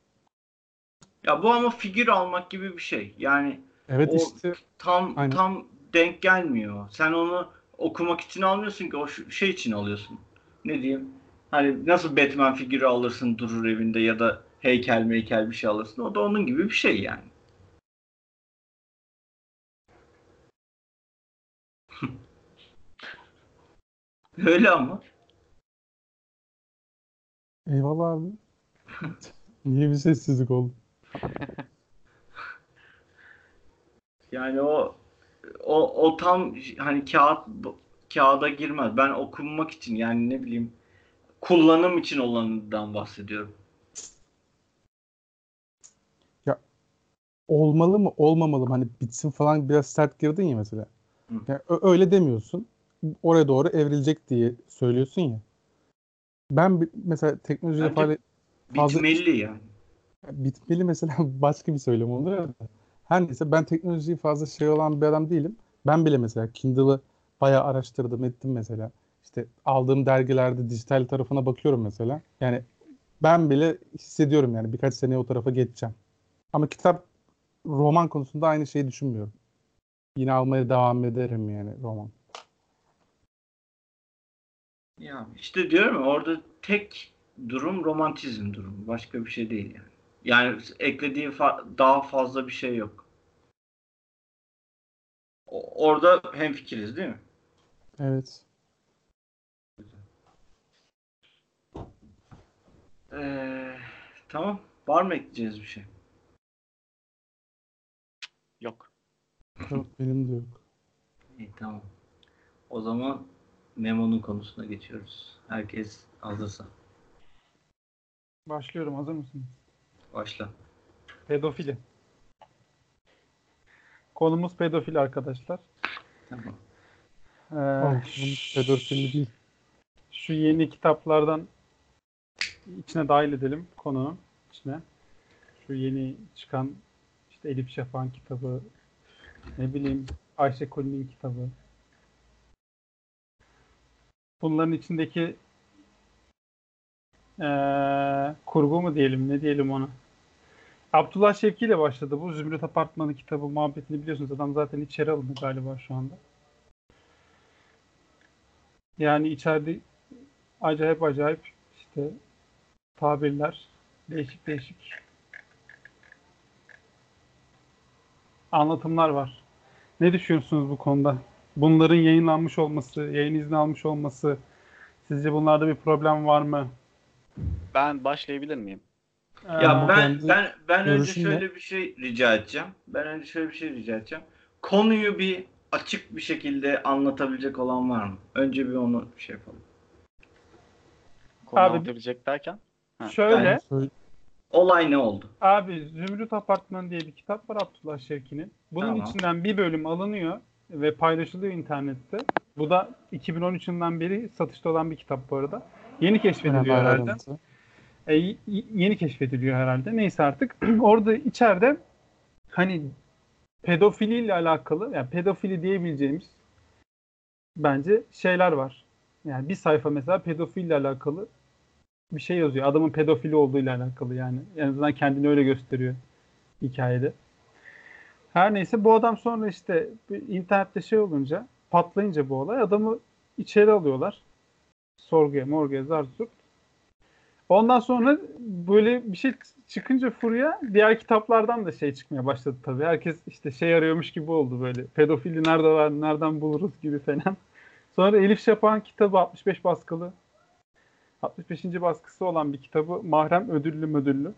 Ya bu ama figür almak gibi bir şey. Yani Evet o işte tam aynen. tam denk gelmiyor. Sen onu okumak için almıyorsun ki o şu- şey için alıyorsun. Ne diyeyim? Hani nasıl Batman figürü alırsın durur evinde ya da heykel meykel bir şey alırsın. O da onun gibi bir şey yani. Öyle ama. Eyvallah abi. Niye bir sessizlik oldu? Yani o o o tam hani kağıt kağıda girmez. Ben okunmak için yani ne bileyim kullanım için olanından bahsediyorum. Ya olmalı mı olmamalı mı, hani bitsin falan biraz sert girdin ya mesela. Hı. Ya, ö- öyle demiyorsun. Oraya doğru evrilecek diye söylüyorsun ya. Ben bi- mesela teknolojiyle Bence fa- fazla iç- bitmeli yani. bitmeli mesela başka bir söylem oluyor da. Her neyse, ben teknolojiyi fazla şey olan bir adam değilim. Ben bile mesela Kindle'ı bayağı araştırdım ettim mesela. İşte aldığım dergilerde dijital tarafına bakıyorum mesela. Yani ben bile hissediyorum yani birkaç seneye o tarafa geçeceğim. Ama kitap, roman konusunda aynı şeyi düşünmüyorum. Yine almaya devam ederim yani roman. Ya işte diyorum ya orada tek durum romantizm durumu. Başka bir şey değil yani. Yani eklediği fa- daha fazla bir şey yok. O- orada hemfikiriz değil mi? Evet. Ee, tamam. Var mı ekleyeceğiniz bir şey? Yok. Yok, benim de yok. İyi, tamam. O zaman Memo'nun konusuna geçiyoruz. Herkes hazırsa. Başlıyorum, hazır mısınız? Başla. Pedofili. Konumuz pedofili arkadaşlar. Tamam. Ee, Oh, bunun pedofili değil. Şu yeni kitaplardan içine dahil edelim konunun içine. Şu yeni çıkan işte Elif Şafak'ın kitabı, ne bileyim Ayşe Koli'nin kitabı. Bunların içindeki ee, kurgu mu diyelim, ne diyelim ona. Abdullah Şevki ile başladı bu. Zümrüt Apartmanı kitabı muhabbetini biliyorsunuz. Adam zaten içeri alındı galiba şu anda. Yani içeride acayip acayip işte tabirler, değişik değişik anlatımlar var. Ne düşünüyorsunuz bu konuda? Bunların yayınlanmış olması, yayın izni almış olması, sizce bunlarda bir problem var mı? Ben başlayabilir miyim? Ya Ee, ben kendi ben ben önce görüşün ne? şöyle bir şey rica edeceğim. Ben önce şöyle bir şey rica edeceğim. Konuyu bir açık bir şekilde anlatabilecek olan var mı? Önce bir onu şey yapalım. Konu Abi- anlatabilecek derken? Ha. şöyle, Yani- Söyle- Olay ne oldu? abi Zümrüt Apartmanı diye bir kitap var Abdullah Şevki'nin. Bunun Tamam. içinden bir bölüm alınıyor ve paylaşılıyor internette. Bu da iki bin on üç yılından beri satışta olan bir kitap bu arada. Yeni keşfediliyor Hemen herhalde. ayrıntı. E, y- yeni keşfediliyor herhalde. Neyse artık. Orada içeride hani pedofiliyle alakalı, yani pedofili diyebileceğimiz bence şeyler var. Yani bir sayfa mesela pedofille alakalı bir şey yazıyor. Adamın pedofili olduğuyla alakalı yani. En azından kendini öyle gösteriyor hikayede. Her neyse bu adam sonra işte bir internette şey olunca, patlayınca bu olay, adamı içeri alıyorlar. Sorguya, morguya, zar zurt. Ondan sonra böyle bir şey çıkınca furya, diğer kitaplardan da şey çıkmaya başladı tabii. Herkes işte şey arıyormuş gibi oldu böyle. Pedofili nerede var, nereden buluruz gibi falan. Sonra Elif Şafak'ın kitabı altmış beş baskılı. altmış beşinci baskısı olan bir kitabı, mahrem ödüllü mödüllü.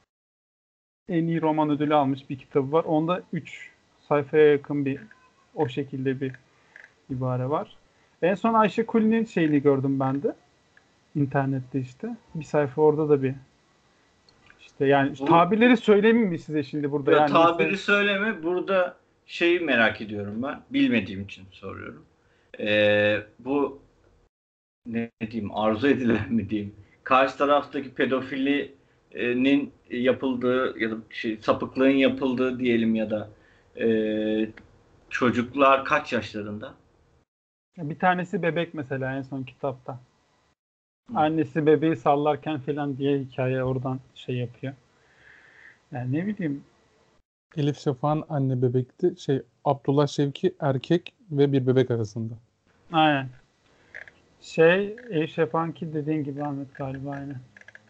En iyi roman ödülü almış bir kitabı var. Onda üç sayfaya yakın bir o şekilde bir ibare var. En son Ayşe Kuli'nin şeyini gördüm ben de. İnternette işte. Bir sayfa orada da bir işte yani Bu- tabirleri söyleyeyim mi size şimdi burada? Ya Yani tabiri mesela- söyleme. Burada şeyi merak ediyorum ben. Bilmediğim için soruyorum. Ee, bu ne diyeyim, arzu edilen mi diyeyim? Karşı taraftaki pedofilinin yapıldığı ya da şey, sapıklığın yapıldığı diyelim ya da e, çocuklar kaç yaşlarında? bir tanesi bebek mesela en son kitapta. Annesi bebeği sallarken falan diye hikaye oradan şey yapıyor. Yani ne bileyim. Elif Şafak'ın anne bebekti. Şey, Abdullah Şevki erkek ve bir bebek arasında. Aynen. Şey, Elif Şafak'ınki dediğin gibi Ahmet galiba aynen.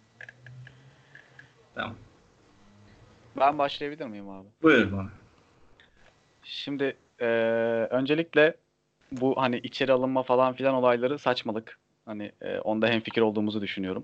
Tamam. Ben başlayabilir miyim abi? Buyur bana. Şimdi eee, öncelikle bu hani içeri alınma falan filan olayları saçmalık. Hani eee, onda hemfikir olduğumuzu düşünüyorum.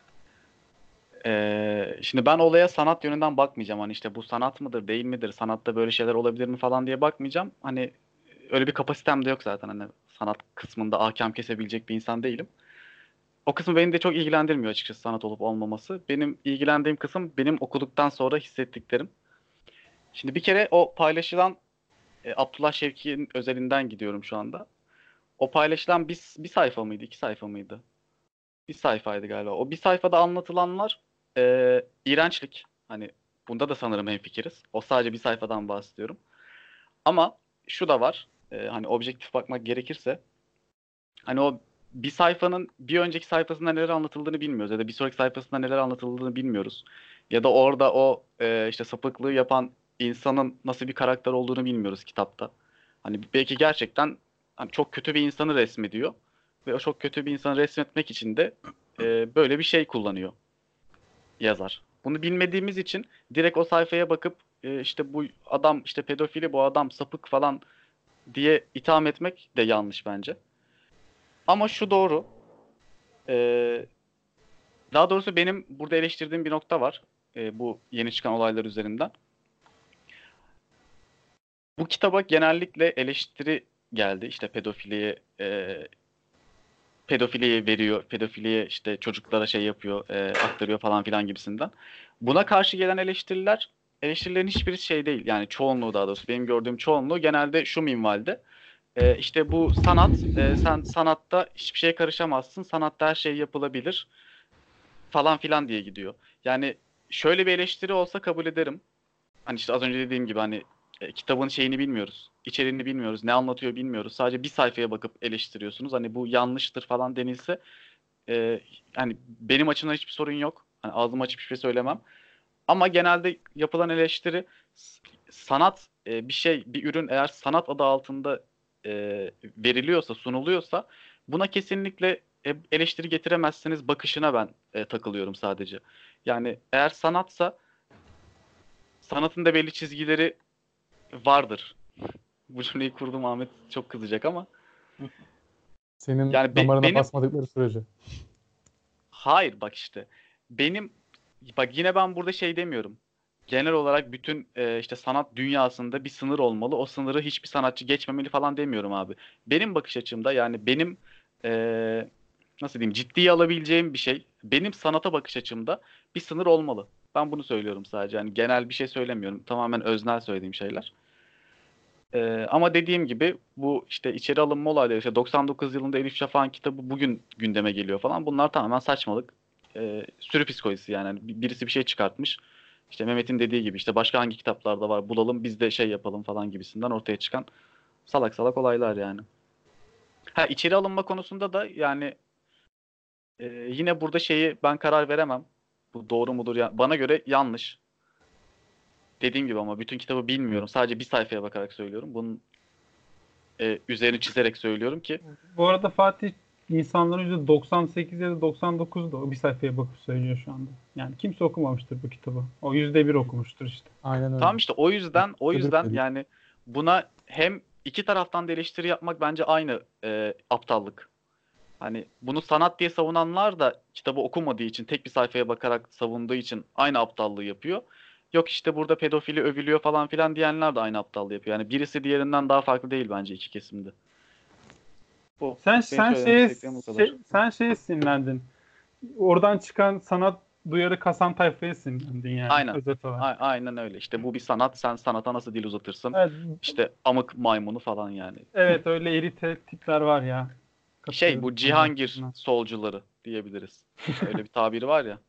Eee, şimdi ben olaya sanat yönünden bakmayacağım. Hani işte bu sanat mıdır, değil midir? Sanatta böyle şeyler olabilir mi falan diye bakmayacağım. Hani öyle bir kapasitem de yok zaten. Hani sanat kısmında ahkam kesebilecek bir insan değilim. O kısmı beni de çok ilgilendirmiyor açıkçası, sanat olup olmaması. Benim ilgilendiğim kısım benim okuduktan sonra hissettiklerim. Şimdi bir kere o paylaşılan e, Abdullah Şevki'nin özelinden gidiyorum şu anda. O paylaşılan bir, bir sayfa mıydı, iki sayfa mıydı? Bir sayfaydı galiba. O bir sayfada anlatılanlar e, iğrençlik. Hani bunda da sanırım hemfikiriz. O sadece bir sayfadan bahsediyorum. Ama şu da var. E, hani objektif bakmak gerekirse. Hani o bir sayfanın bir önceki sayfasında neler anlatıldığını bilmiyoruz. Ya da bir sonraki sayfasında neler anlatıldığını bilmiyoruz. Ya da orada o e, işte sapıklığı yapan insanın nasıl bir karakter olduğunu bilmiyoruz kitapta. Hani belki gerçekten hani çok kötü bir insanı resmediyor. Ve o çok kötü bir insanı resmetmek için de e, böyle bir şey kullanıyor yazar. Bunu bilmediğimiz için direkt o sayfaya bakıp e, işte bu adam işte pedofili, bu adam sapık falan diye itham etmek de yanlış bence. Ama şu doğru. Ee, Daha doğrusu benim burada eleştirdiğim bir nokta var. Ee, bu yeni çıkan olaylar üzerinden. Bu kitaba genellikle eleştiri geldi. İşte pedofiliye e, pedofiliye veriyor, pedofiliye işte çocuklara şey yapıyor, e, aktarıyor falan filan gibisinden. Buna karşı gelen eleştiriler eleştirilerin hiçbirisi şey değil. Yani çoğunluğu, daha doğrusu benim gördüğüm çoğunluğu genelde şu minvalde. E, işte bu sanat, e, sen sanatta hiçbir şeye karışamazsın. Sanatta her şey yapılabilir falan filan diye gidiyor. Yani şöyle bir eleştiri olsa kabul ederim. Hani işte az önce dediğim gibi hani e, kitabın şeyini bilmiyoruz. İçeriğini bilmiyoruz. Ne anlatıyor bilmiyoruz. Sadece bir sayfaya bakıp eleştiriyorsunuz. Hani bu yanlıştır falan denilse e, hani benim açımdan hiçbir sorun yok. Hani ağzımı açıp hiçbir şey söylemem. Ama genelde yapılan eleştiri s- sanat e, bir şey, bir ürün eğer sanat adı altında e, veriliyorsa, sunuluyorsa buna kesinlikle e, eleştiri getiremezsiniz bakışına ben e, takılıyorum sadece. Yani eğer sanatsa sanatın da belli çizgileri vardır. Bu cümleyi kurdum, Ahmet çok kızacak ama Senin yani be- damarına benim basmadıkları sürece. hayır bak işte benim bak yine ben burada şey demiyorum. Genel olarak bütün e, işte sanat dünyasında bir sınır olmalı. O sınırı hiçbir sanatçı geçmemeli falan demiyorum abi. Benim bakış açımda yani benim e, nasıl diyeyim ciddiye alabileceğim bir şey. Benim sanata bakış açımda bir sınır olmalı. Ben bunu söylüyorum sadece. Yani genel bir şey söylemiyorum. Tamamen öznel söylediğim şeyler. Ee, ama dediğim gibi bu işte içeri alınma olayları işte doksan dokuz yılında Elif Şafak'ın kitabı bugün gündeme geliyor falan. Bunlar tamamen saçmalık. Ee, sürü psikolojisi yani. Hani bir- birisi bir şey çıkartmış. İşte Mehmet'in dediği gibi işte başka hangi kitaplarda var bulalım biz de şey yapalım falan gibisinden ortaya çıkan salak salak olaylar yani. Ha içeri alınma konusunda da yani e, yine burada şeyi ben karar veremem. Bu doğru mudur ya? Bana göre yanlış. Dediğim gibi ama bütün kitabı bilmiyorum. Sadece bir sayfaya bakarak söylüyorum. Bunun e, üzerini çizerek söylüyorum ki Bu arada Fatih insanların yüzde doksan sekiz ya da doksan dokuz da o bir sayfaya bakıp söylüyor şu anda. Yani kimse okumamıştır bu kitabı. O yüzde bir okumuştur işte. Aynen öyle. tamam işte o yüzden o Ödül yüzden veriyor. yani buna hem iki taraftan da eleştiri yapmak bence aynı e, aptallık. Hani bunu sanat diye savunanlar da kitabı okumadığı için tek bir sayfaya bakarak savunduğu için aynı aptallığı yapıyor. Yok işte burada pedofili övülüyor falan filan diyenler de aynı aptallığı yapıyor. Yani birisi diğerinden daha farklı değil bence iki kesimde. Bu. Sen Benim sen söylemek şeye istediklerim bu kadar. şey, sen şeye sinirlendin. Oradan çıkan sanat duyarı kasan tayfaya sinirlendin yani Aynen. özet A- olarak. aynen öyle. İşte bu bir sanat. Sen sanata nasıl dil uzatırsın? Evet, İşte amık maymunu falan yani. evet öyle irite tipler var ya. Şey Katılıyorum bu sana Cihangir buna. solcuları diyebiliriz. Öyle bir tabiri var ya.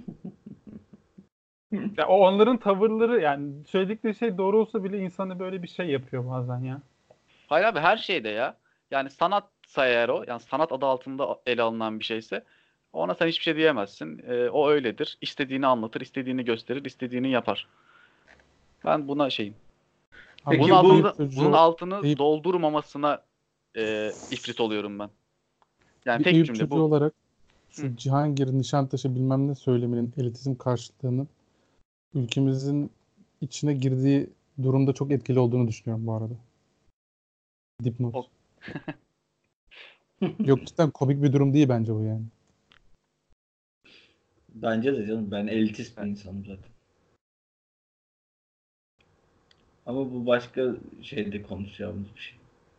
Ya o onların tavırları yani söyledikleri şey doğru olsa bile insanı böyle bir şey yapıyor bazen ya. Hayır abi her şeyde ya. Yani sanatsa eğer o, yani sanat adı altında ele alınan bir şeyse ona sen hiçbir şey diyemezsin. Ee, o öyledir. İstediğini anlatır, istediğini gösterir, istediğini yapar. Ben buna şeyim. Abi Bunun Peki bir bu Eyüp altında, bunun çocuğu, altını Eyüp, doldurmamasına e, ifrit oluyorum ben. Yani bir tek bir Eyüp cümle çocuğu bu. olarak Hı. şu Cihangir, Nişantaşı bilmem ne söyleminin elitizm karşıtlığının ülkemizin içine girdiği durumda çok etkili olduğunu düşünüyorum bu arada. Dipnot. O, Yok cidden komik bir durum değil bence bu yani. bence de canım ben elitist bir insanım zaten. Ama bu başka şeyde konuşacağımız bir şey.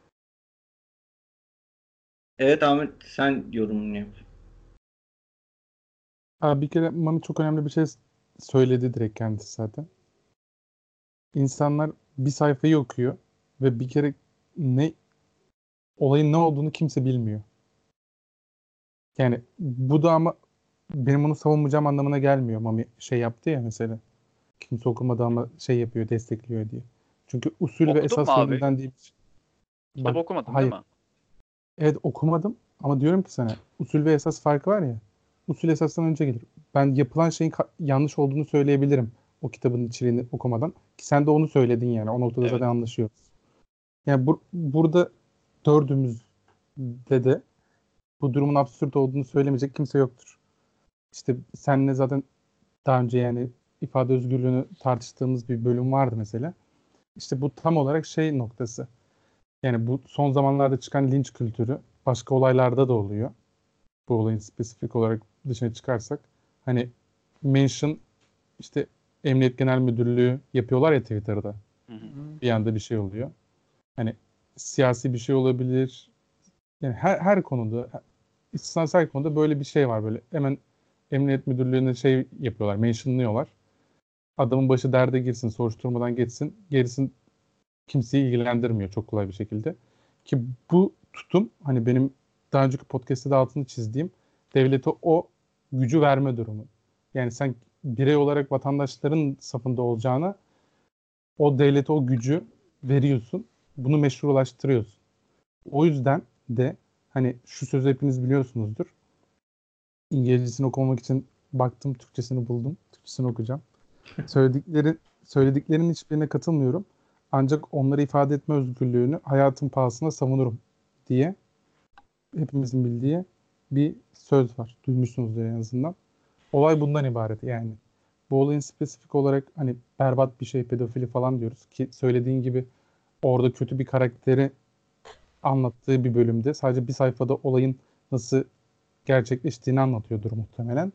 Evet Ahmet sen yorumunu yap. Abi bir kere Mami çok önemli bir şey söyledi direkt kendisi zaten. İnsanlar bir sayfayı okuyor ve bir kere ne olayın ne olduğunu kimse bilmiyor. Yani bu da ama benim onu savunmayacağım anlamına gelmiyor. Mami şey yaptı ya mesela. Kimse okumadı ama şey yapıyor, destekliyor diye. Çünkü usul ve okudun mu esas abi? yönünden değil. Kitabı Bak okumadın değil hayır. mi? Evet okumadım ama diyorum ki sana usul ve esas farkı var ya. Usul esasdan önce gelir. Ben yapılan şeyin ka- yanlış olduğunu söyleyebilirim o kitabın içeriğini okumadan. Ki sen de onu söyledin yani. O noktada zaten Evet. anlaşıyoruz. Yani bu, burada dördümüzde de bu durumun absürt olduğunu söylemeyecek kimse yoktur. İşte seninle zaten daha önce yani ifade özgürlüğünü tartıştığımız bir bölüm vardı mesela. İşte bu tam olarak şey noktası. Yani bu son zamanlarda çıkan linç kültürü başka olaylarda da oluyor. Bu olayın spesifik olarak dışına çıkarsak. Hani mention işte Emniyet Genel Müdürlüğü yapıyorlar ya Twitter'da. Hı hı. Bir anda bir şey oluyor. Hani siyasi bir şey olabilir. Yani her, her konuda istisnasız her konuda böyle bir şey var böyle. Hemen Emniyet Müdürlüğü'ne şey yapıyorlar, mentionlıyorlar. Adamın başı derde girsin, soruşturmadan geçsin. Gerisin kimseyi ilgilendirmiyor çok kolay bir şekilde. Ki bu tutum hani benim daha önceki podcast'te de altını çizdiğim devlete o gücü verme durumu. Yani sen birey olarak vatandaşların safında olacağına o devlete o gücü veriyorsun. Bunu meşrulaştırıyorsun. O yüzden de hani şu sözü hepiniz biliyorsunuzdur. İngilizcesini okumak için baktım, Türkçesini buldum. Türkçesini okuyacağım. Söyledikleri, söylediklerinin hiçbirine katılmıyorum. Ancak onları ifade etme özgürlüğünü hayatın pahasına savunurum diye hepimizin bildiği bir söz var. Duymuşsunuzdur en azından. Olay bundan ibaret yani. Bu olayın spesifik olarak hani berbat bir şey, pedofili falan diyoruz ki söylediğin gibi orada kötü bir karakteri anlattığı bir bölümde sadece bir sayfada olayın nasıl gerçekleştiğini anlatıyordur muhtemelen.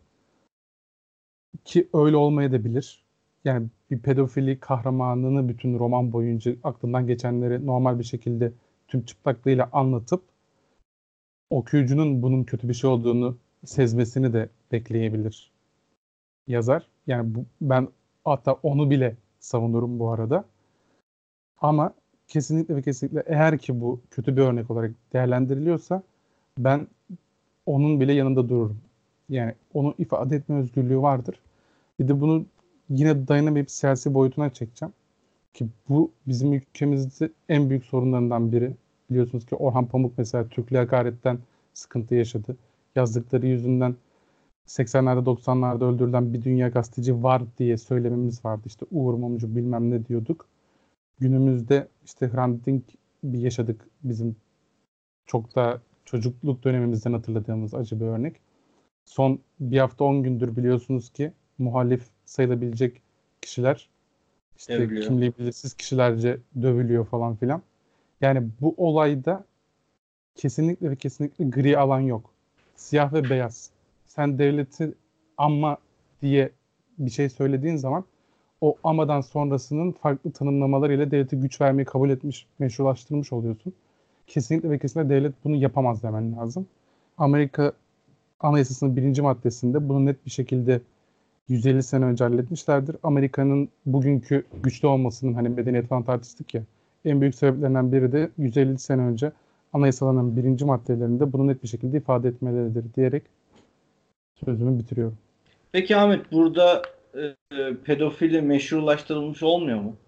Ki öyle olmayabilir. Yani bir pedofili kahramanını bütün roman boyunca aklından geçenleri normal bir şekilde tüm çıplaklığıyla anlatıp okuyucunun bunun kötü bir şey olduğunu sezmesini de bekleyebilir yazar. Yani bu, ben hatta onu bile savunurum bu arada. Ama kesinlikle ve kesinlikle eğer ki bu kötü bir örnek olarak değerlendiriliyorsa ben onun bile yanında dururum. Yani onu ifade etme özgürlüğü vardır. Bir de bunu yine dayanamayıp siyasi boyutuna çekeceğim. Ki bu bizim ülkemizde en büyük sorunlarından biri. Biliyorsunuz ki Orhan Pamuk mesela Türklüğe hakaretten sıkıntı yaşadı. Yazdıkları yüzünden seksenlerde doksanlarda öldürülen bir dünya gazeteci var diye söylememiz vardı. İşte Uğur Mumcu bilmem ne diyorduk. Günümüzde işte Hrant Dink bir yaşadık, bizim çok da çocukluk dönemimizden hatırladığımız acı bir örnek. Son bir hafta on gündür biliyorsunuz ki muhalif sayılabilecek kişiler işte Dövülüyor. kimliği belirsiz kişilerce dövülüyor falan filan. Yani bu olayda kesinlikle ve kesinlikle gri alan yok. Siyah ve beyaz. Sen devleti ama diye bir şey söylediğin zaman o amadan sonrasının farklı tanımlamalarıyla devlete güç vermeyi kabul etmiş, meşrulaştırmış oluyorsun. Kesinlikle ve kesinlikle devlet bunu yapamaz demen lazım. Amerika Anayasası'nın birinci maddesinde bunu net bir şekilde yüz elli sene önce halletmişlerdir. Amerika'nın bugünkü güçlü olmasının hani medeniyet falan tartıştık ya, en büyük sebeplerinden biri de yüz elli sene önce anayasaların birinci maddelerinde bunu net bir şekilde ifade etmeleridir diyerek sözümü bitiriyorum. Peki Ahmet, burada e, e, pedofili meşrulaştırılmış olmuyor mu?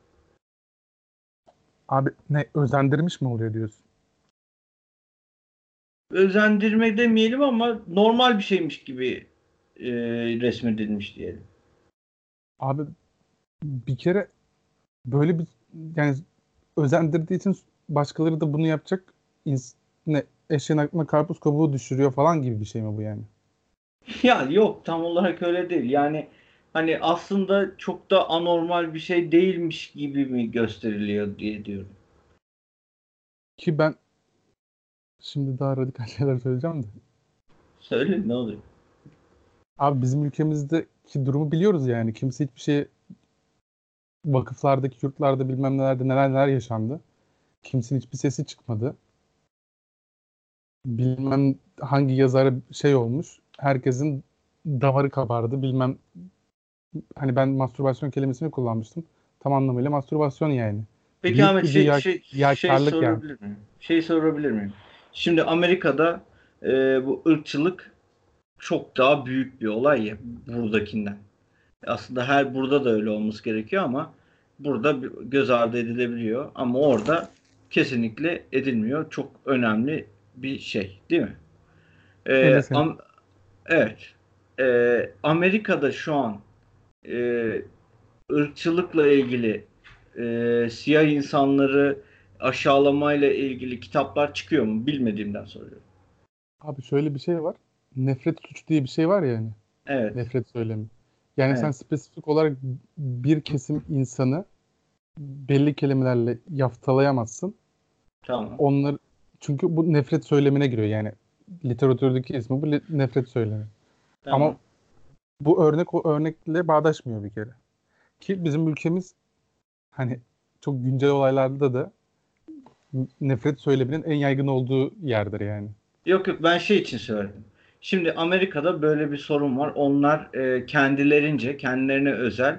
Abi ne özendirmiş mi oluyor diyorsun? Özendirme demeyelim ama normal bir şeymiş gibi e, resmedilmiş diyelim. Abi bir kere böyle bir yani özendirdiği için başkaları da bunu yapacak, ins- ne eşeğin aklına karpuz kabuğu düşürüyor falan gibi bir şey mi bu yani? Ya yok, tam olarak öyle değil. Yani hani aslında çok da anormal bir şey değilmiş gibi mi gösteriliyor diye diyorum. Ki ben şimdi daha radikal şeyler söyleyeceğim de. Söyle, ne oluyor? Abi bizim ülkemizdeki durumu biliyoruz yani. Kimse hiçbir şey, vakıflardaki, yurtlarda bilmem nelerde neler neler yaşandı. Kimsenin hiçbir sesi çıkmadı. Bilmem hangi yazara şey olmuş. Herkesin damarı kabardı. Bilmem hani ben mastürbasyon kelimesini kullanmıştım. Tam anlamıyla mastürbasyon yani. Peki Büyük Ahmet, bir şey riya, şey şey riyakarlık yani. sorabilir miyim? Şey sorabilir miyim? Şimdi Amerika'da e, bu ırkçılık çok daha büyük bir olay ya buradakinden. Aslında her burada da öyle olması gerekiyor ama burada bir- göz ardı edilebiliyor. Ama orada kesinlikle edilmiyor. Çok önemli bir şey, değil mi? Ee, Öyle senin. am- evet. Ee, Amerika'da şu an e, ırkçılıkla ilgili e, siyah insanları aşağılamayla ilgili kitaplar çıkıyor mu? Bilmediğimden soruyorum. Abi şöyle bir şey var. Nefret suç diye bir şey var yani. Evet. Nefret söylemi. Yani sen Evet. spesifik olarak bir kesim insanı belli kelimelerle yaftalayamazsın. Tamam. Onlar çünkü bu nefret söylemine giriyor. Yani literatürdeki ismi bu li- nefret söylemi. Ama Tamam. bu örnek o örnekle bağdaşmıyor bir kere. Ki bizim ülkemiz hani çok güncel olaylarda da nefret söyleminin en yaygın olduğu yerdir yani. Yok yok, ben şey için söyledim. Şimdi Amerika'da böyle bir sorun var. Onlar e, kendilerince, kendilerine özel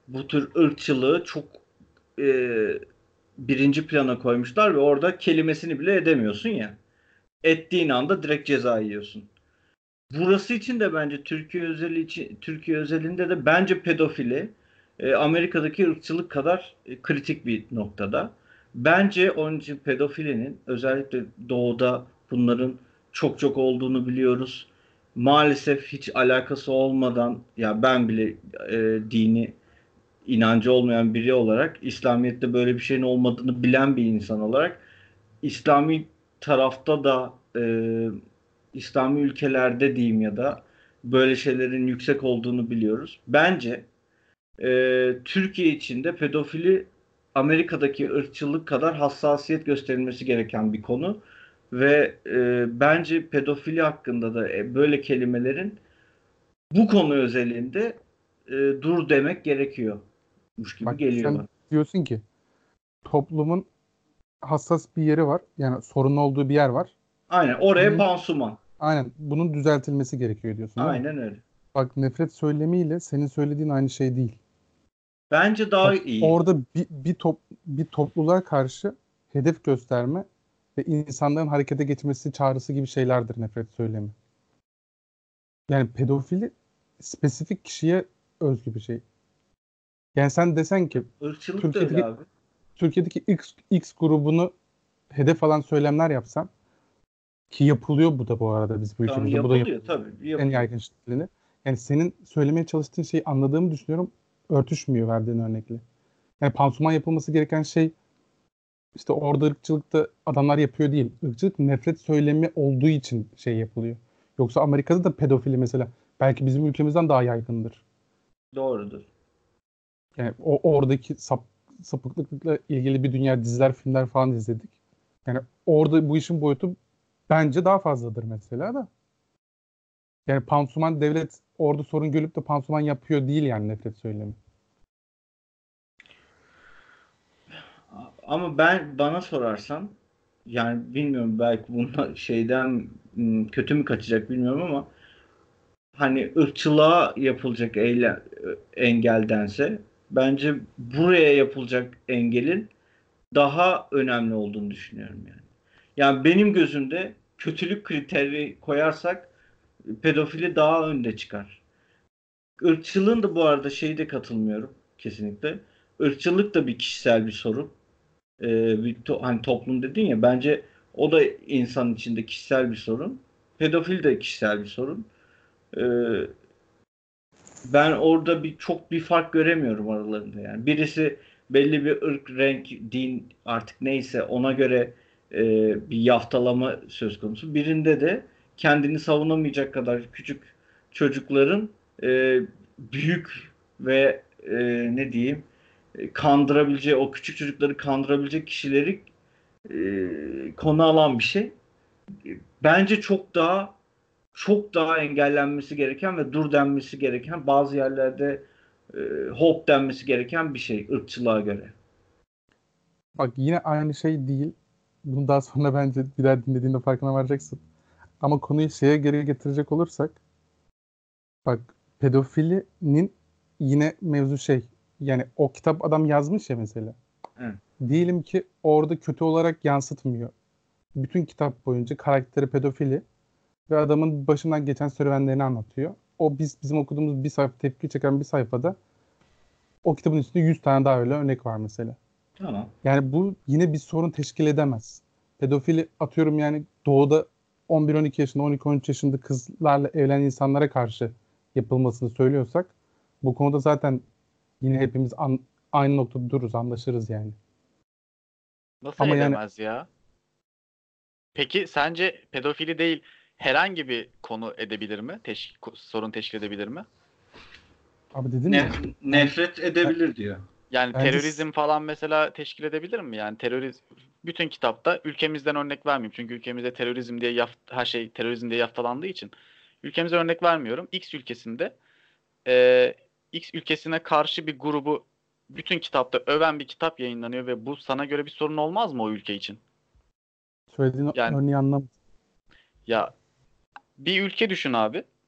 bu tür ırkçılığı çok e, birinci plana koymuşlar ve orada kelimesini bile edemiyorsun ya. Ettiğin anda direkt ceza yiyorsun. Burası için de bence Türkiye özeli için Türkiye özelinde de bence pedofili e, Amerika'daki ırkçılık kadar e, kritik bir noktada. Bence onun için pedofilinin özellikle doğuda bunların çok çok olduğunu biliyoruz. Maalesef hiç alakası olmadan ya ben bile e, dini inancı olmayan biri olarak İslamiyet'te böyle bir şeyin olmadığını bilen bir insan olarak İslami tarafta da e, İslami ülkelerde diyeyim ya da böyle şeylerin yüksek olduğunu biliyoruz. Bence e, Türkiye içinde pedofili Amerika'daki ırkçılık kadar hassasiyet gösterilmesi gereken bir konu ve e, bence pedofili hakkında da e, böyle kelimelerin bu konu özelinde e, dur demek gerekiyormuş gibi Bak geliyor sen bana. diyorsun ki toplumun hassas bir yeri var. Yani sorunlu olduğu bir yer var. Aynen oraya Bunun, pansuman. aynen bunun düzeltilmesi gerekiyor diyorsun değil mi? Aynen öyle. Bak nefret söylemiyle senin söylediğin aynı şey değil. Bence daha Bak iyi. orada bir, bir, top, bir topluluğa karşı hedef gösterme ve insanların harekete geçmesi çağrısı gibi şeylerdir nefret söylemi. Yani pedofili spesifik kişiye özgü bir şey. Yani sen desen ki Irkçılık da öyle Türkiye'deki abi. Türkiye'deki X, X grubunu hedef alan söylemler yapsan ki yapılıyor bu da bu arada biz bu Tamam ülkemizde bu da yapılıyor yapılıyor tabii en yapılıyor. yaygın şekilde. Yani senin söylemeye çalıştığın şeyi anladığımı düşünüyorum. Örtüşmüyor verdiğin örnekle. Yani pansuman yapılması gereken şey işte orada ırkçılıkta adamlar yapıyor değil. Irkçılık nefret söylemi olduğu için şey yapılıyor. Yoksa Amerika'da da pedofili mesela belki bizim ülkemizden daha yaygındır. Doğrudur. Yani o oradaki sap, sapıklıkla ilgili bir dünya diziler, filmler falan izledik. Yani orada bu işin boyutu bence daha fazladır mesela da. Yani pansuman devlet orada sorun görüp de pansuman yapıyor değil yani nefret söylemi. Ama ben bana sorarsan yani bilmiyorum belki bunlar şeyden m, kötü mü kaçacak bilmiyorum ama hani ırkçılığa yapılacak eylem, engeldense bence buraya yapılacak engelin daha önemli olduğunu düşünüyorum yani. Yani benim gözümde kötülük kriteri koyarsak pedofili daha önde çıkar. Irkçılığın da bu arada şeyi de katılmıyorum kesinlikle. Irkçılık da bir kişisel bir sorun. Ee, bir to- hani toplum dedin ya bence o da insan içinde kişisel bir sorun. Pedofil de kişisel bir sorun. Ee, ben orada bir çok bir fark göremiyorum aralarında yani. Birisi belli bir ırk, renk, din artık neyse ona göre e, bir yaftalama söz konusu. Birinde de kendini savunamayacak kadar küçük çocukların e, büyük ve e, ne diyeyim e, kandırabileceği o küçük çocukları kandırabilecek kişileri e, konu alan bir şey. Bence çok daha çok daha engellenmesi gereken ve dur denmesi gereken bazı yerlerde e, hop denmesi gereken bir şey ırkçılığa göre. Bak yine aynı şey değil. Bunu daha sonra bence bir daha dinlediğinde farkına varacaksın. Ama konuyu şeye geri getirecek olursak bak pedofilinin yine mevzu şey yani o kitap adam yazmış ya mesela. Evet. Diyelim ki orada kötü olarak yansıtmıyor. Bütün kitap boyunca karakteri pedofili ve adamın başından geçen serüvenlerini anlatıyor. O biz bizim okuduğumuz bir sayfa tepki çeken bir sayfada o kitabın üstünde yüz tane daha öyle örnek var mesela. Tamam. Yani bu yine bir sorun teşkil edemez. Pedofili atıyorum yani doğuda on bir on iki yaşında, on iki on üç yaşında kızlarla evlenen insanlara karşı yapılmasını söylüyorsak bu konuda zaten yine hepimiz an- aynı noktada dururuz, anlaşırız yani. Nasıl Ama yani edemez ya? Peki sence pedofili değil herhangi bir konu edebilir mi? Teş sorun teşkil edebilir mi? abi dedim ya Ne- ben, nefret ben edebilir diyor. Yani bence s- terörizm falan mesela teşkil edebilir mi? Yani terörizm bütün kitapta ülkemizden örnek vermeyeyim. Çünkü ülkemizde terörizm diye yaft her şey terörizm diye yaftalandığı için ülkemize örnek vermiyorum. X ülkesinde e, X ülkesine karşı bir grubu bütün kitapta öven bir kitap yayınlanıyor ve bu sana göre bir sorun olmaz mı o ülke için? söylediğin Yani örneği anlam. ya bir ülke düşün abi.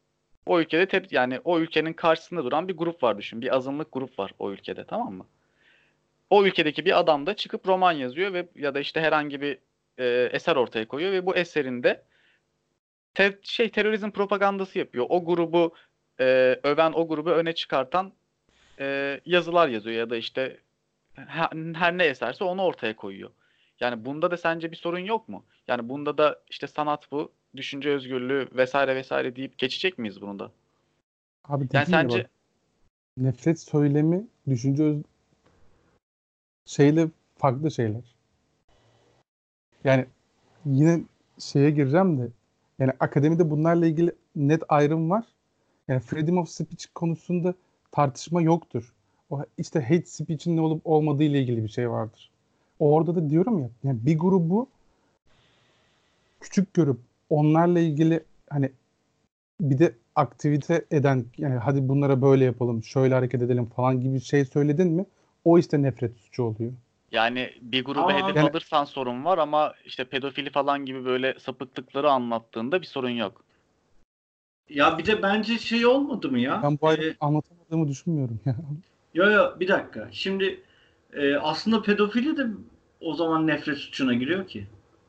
O ülkede te- yani o ülkenin karşısında duran bir grup var düşün. Bir azınlık grup var o ülkede, tamam mı? O ülkedeki bir adam da çıkıp roman yazıyor ve ya da işte herhangi bir e, eser ortaya koyuyor ve bu eserinde te- şey terörizm propagandası yapıyor. O grubu e, öven, o grubu öne çıkartan e, yazılar yazıyor ya da işte her, her ne eserse onu ortaya koyuyor. Yani bunda da sence bir sorun yok mu? Yani bunda da işte sanat bu, düşünce özgürlüğü vesaire vesaire deyip geçecek miyiz bunu da? Abi Yani dedim ya bak, sence nefret söylemi, düşünce öz- şeyle farklı şeyler. Yani yine şeye gireceğim de, yani akademide bunlarla ilgili net ayrım var. Yani freedom of speech konusunda tartışma yoktur. O işte hate speech'in ne olup olmadığı ile ilgili bir şey vardır. Orada da diyorum ya, yani bir grubu küçük görüp onlarla ilgili hani bir de aktivite eden, yani hadi bunlara böyle yapalım, şöyle hareket edelim falan gibi şey söyledin mi, o işte nefret suçu oluyor. yani bir gruba Ama hedef abi, Yani alırsan sorun var ama işte pedofili falan gibi böyle sapıklıkları anlattığında bir sorun yok. ya bir de bence şey olmadı mı ya? ben bu ayrımı Ee, anlatamadığımı düşünmüyorum ya. yo yo bir dakika. Şimdi e, aslında pedofili de o zaman nefret suçuna giriyor ki.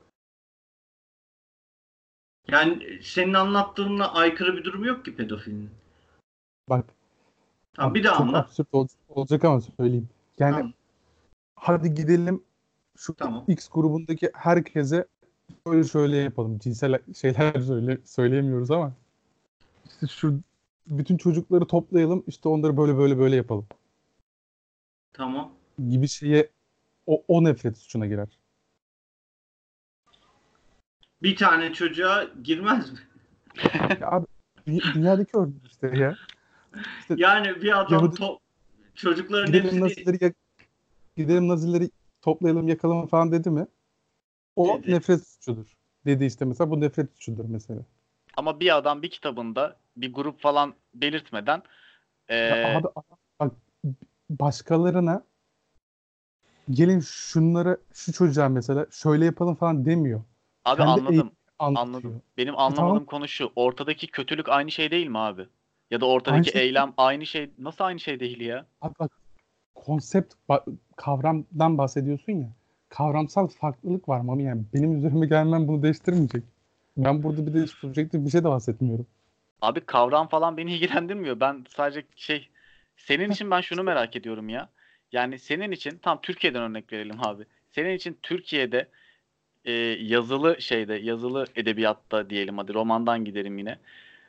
Yani senin anlattığınla aykırı bir durum yok ki pedofilinin. Bak, Tamam, abi bir daha çok anlat. absürt ol- olacak ama söyleyeyim. Yani Tamam, hadi gidelim şu tamam. X grubundaki herkese şöyle şöyle yapalım. Cinsel şeyler söyle, söyleyemiyoruz ama işte şu bütün çocukları toplayalım, işte onları böyle böyle böyle yapalım Tamam. gibi şeye, o, o nefret suçuna girer. Bir tane çocuğa girmez mi? Ya abi, dü- dünyadaki örnek işte ya. İşte Yani bir adam Yahudi to çocukların gidelim hepsini Nazileri yak- gidelim Nazileri toplayalım yakalım falan dedi mi? O dedi. nefret suçudur. Dedi işte, mesela bu nefret suçudur mesela. Ama bir adam bir kitabında bir grup falan belirtmeden Ya eee, abi adam bak, başkalarına gelin şunlara, şu çocuğa mesela şöyle yapalım falan demiyor. abi Kendi anladım. eğitimini Anladım. anlatıyor. Benim E tamam, anlamadığım konu şu. Ortadaki kötülük aynı şey değil mi abi? Ya da aynı ortadaki şey eylem aynı şey. Nasıl aynı şey değil ya? abi bak, konsept ba- kavramdan bahsediyorsun ya. Kavramsal farklılık var Mami, yani benim üzerime gelmem bunu değiştirmeyecek. Ben burada bir de subjektif bir şey de bahsetmiyorum. Abi kavram falan beni ilgilendirmiyor. Ben sadece şey senin Heh, için ben şunu işte merak ediyorum ya. Yani senin için tam Türkiye'den örnek verelim abi. Senin için Türkiye'de e, yazılı şeyde yazılı edebiyatta diyelim hadi romandan gidelim yine.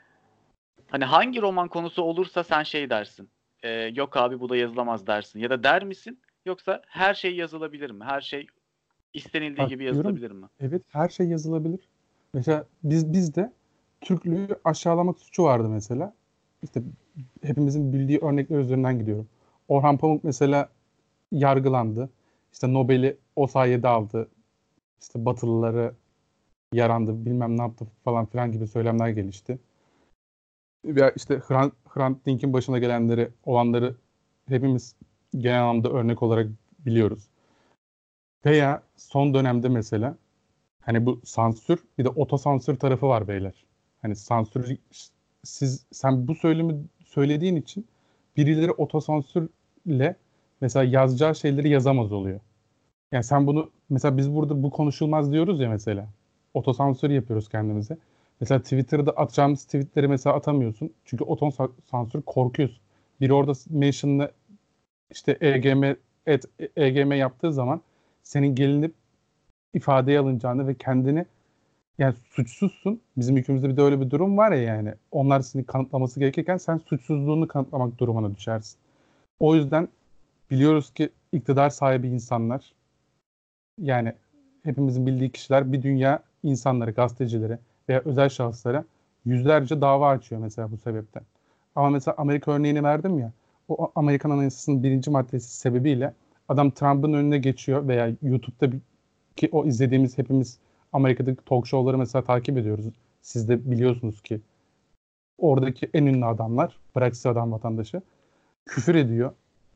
Hani hangi roman konusu olursa sen şey dersin. E, yok abi bu da yazılamaz dersin. Ya da der misin? Yoksa her şey yazılabilir mi? Her şey istenildiği bak gibi diyorum, yazılabilir mi? evet her şey yazılabilir. Mesela biz bizde Türklüğü aşağılamak suçu vardı mesela. İşte hepimizin bildiği örnekler üzerinden gidiyorum. Orhan Pamuk mesela yargılandı. İşte Nobel'i o sayede aldı. İşte Batılıları yarandı, bilmem ne yaptı falan filan gibi söylemler gelişti. Veya işte Hrant, Hrant Dink'in başına gelenleri, olanları hepimiz genel anlamda örnek olarak biliyoruz. Veya son dönemde mesela hani bu sansür, bir de otosansür tarafı var beyler. Hani sansür, siz sen bu söylemi söylediğin için birileri otosansürle mesela yazacağı şeyleri yazamaz oluyor. Yani sen bunu mesela, biz burada bu konuşulmaz diyoruz ya mesela. Otosansür yapıyoruz kendimize. Mesela Twitter'da atacağımız tweetleri mesela atamıyorsun. Çünkü otosansür, korkuyorsun. Biri orada mention'la işte E G M et E G M yaptığı zaman senin gelinip ifadeye alınacağını ve kendini, yani suçsuzsun. Bizim ülkemizde bir de öyle bir durum var ya yani. Onlar seni kanıtlaması gerekirken sen suçsuzluğunu kanıtlamak durumuna düşersin. O yüzden biliyoruz ki iktidar sahibi insanlar, yani hepimizin bildiği kişiler bir dünya insanları, gazetecileri veya özel şahıslara yüzlerce dava açıyor mesela bu sebepten. Ama mesela Amerika örneğini verdim ya, o Amerikan Anayasası'nın birinci maddesi sebebiyle adam Trump'ın önüne geçiyor veya YouTube'da bir, ki o izlediğimiz hepimiz Amerika'daki talk show'ları mesela takip ediyoruz. Siz de biliyorsunuz ki oradaki en ünlü adamlar, bırak sıradan vatandaşı, küfür ediyor.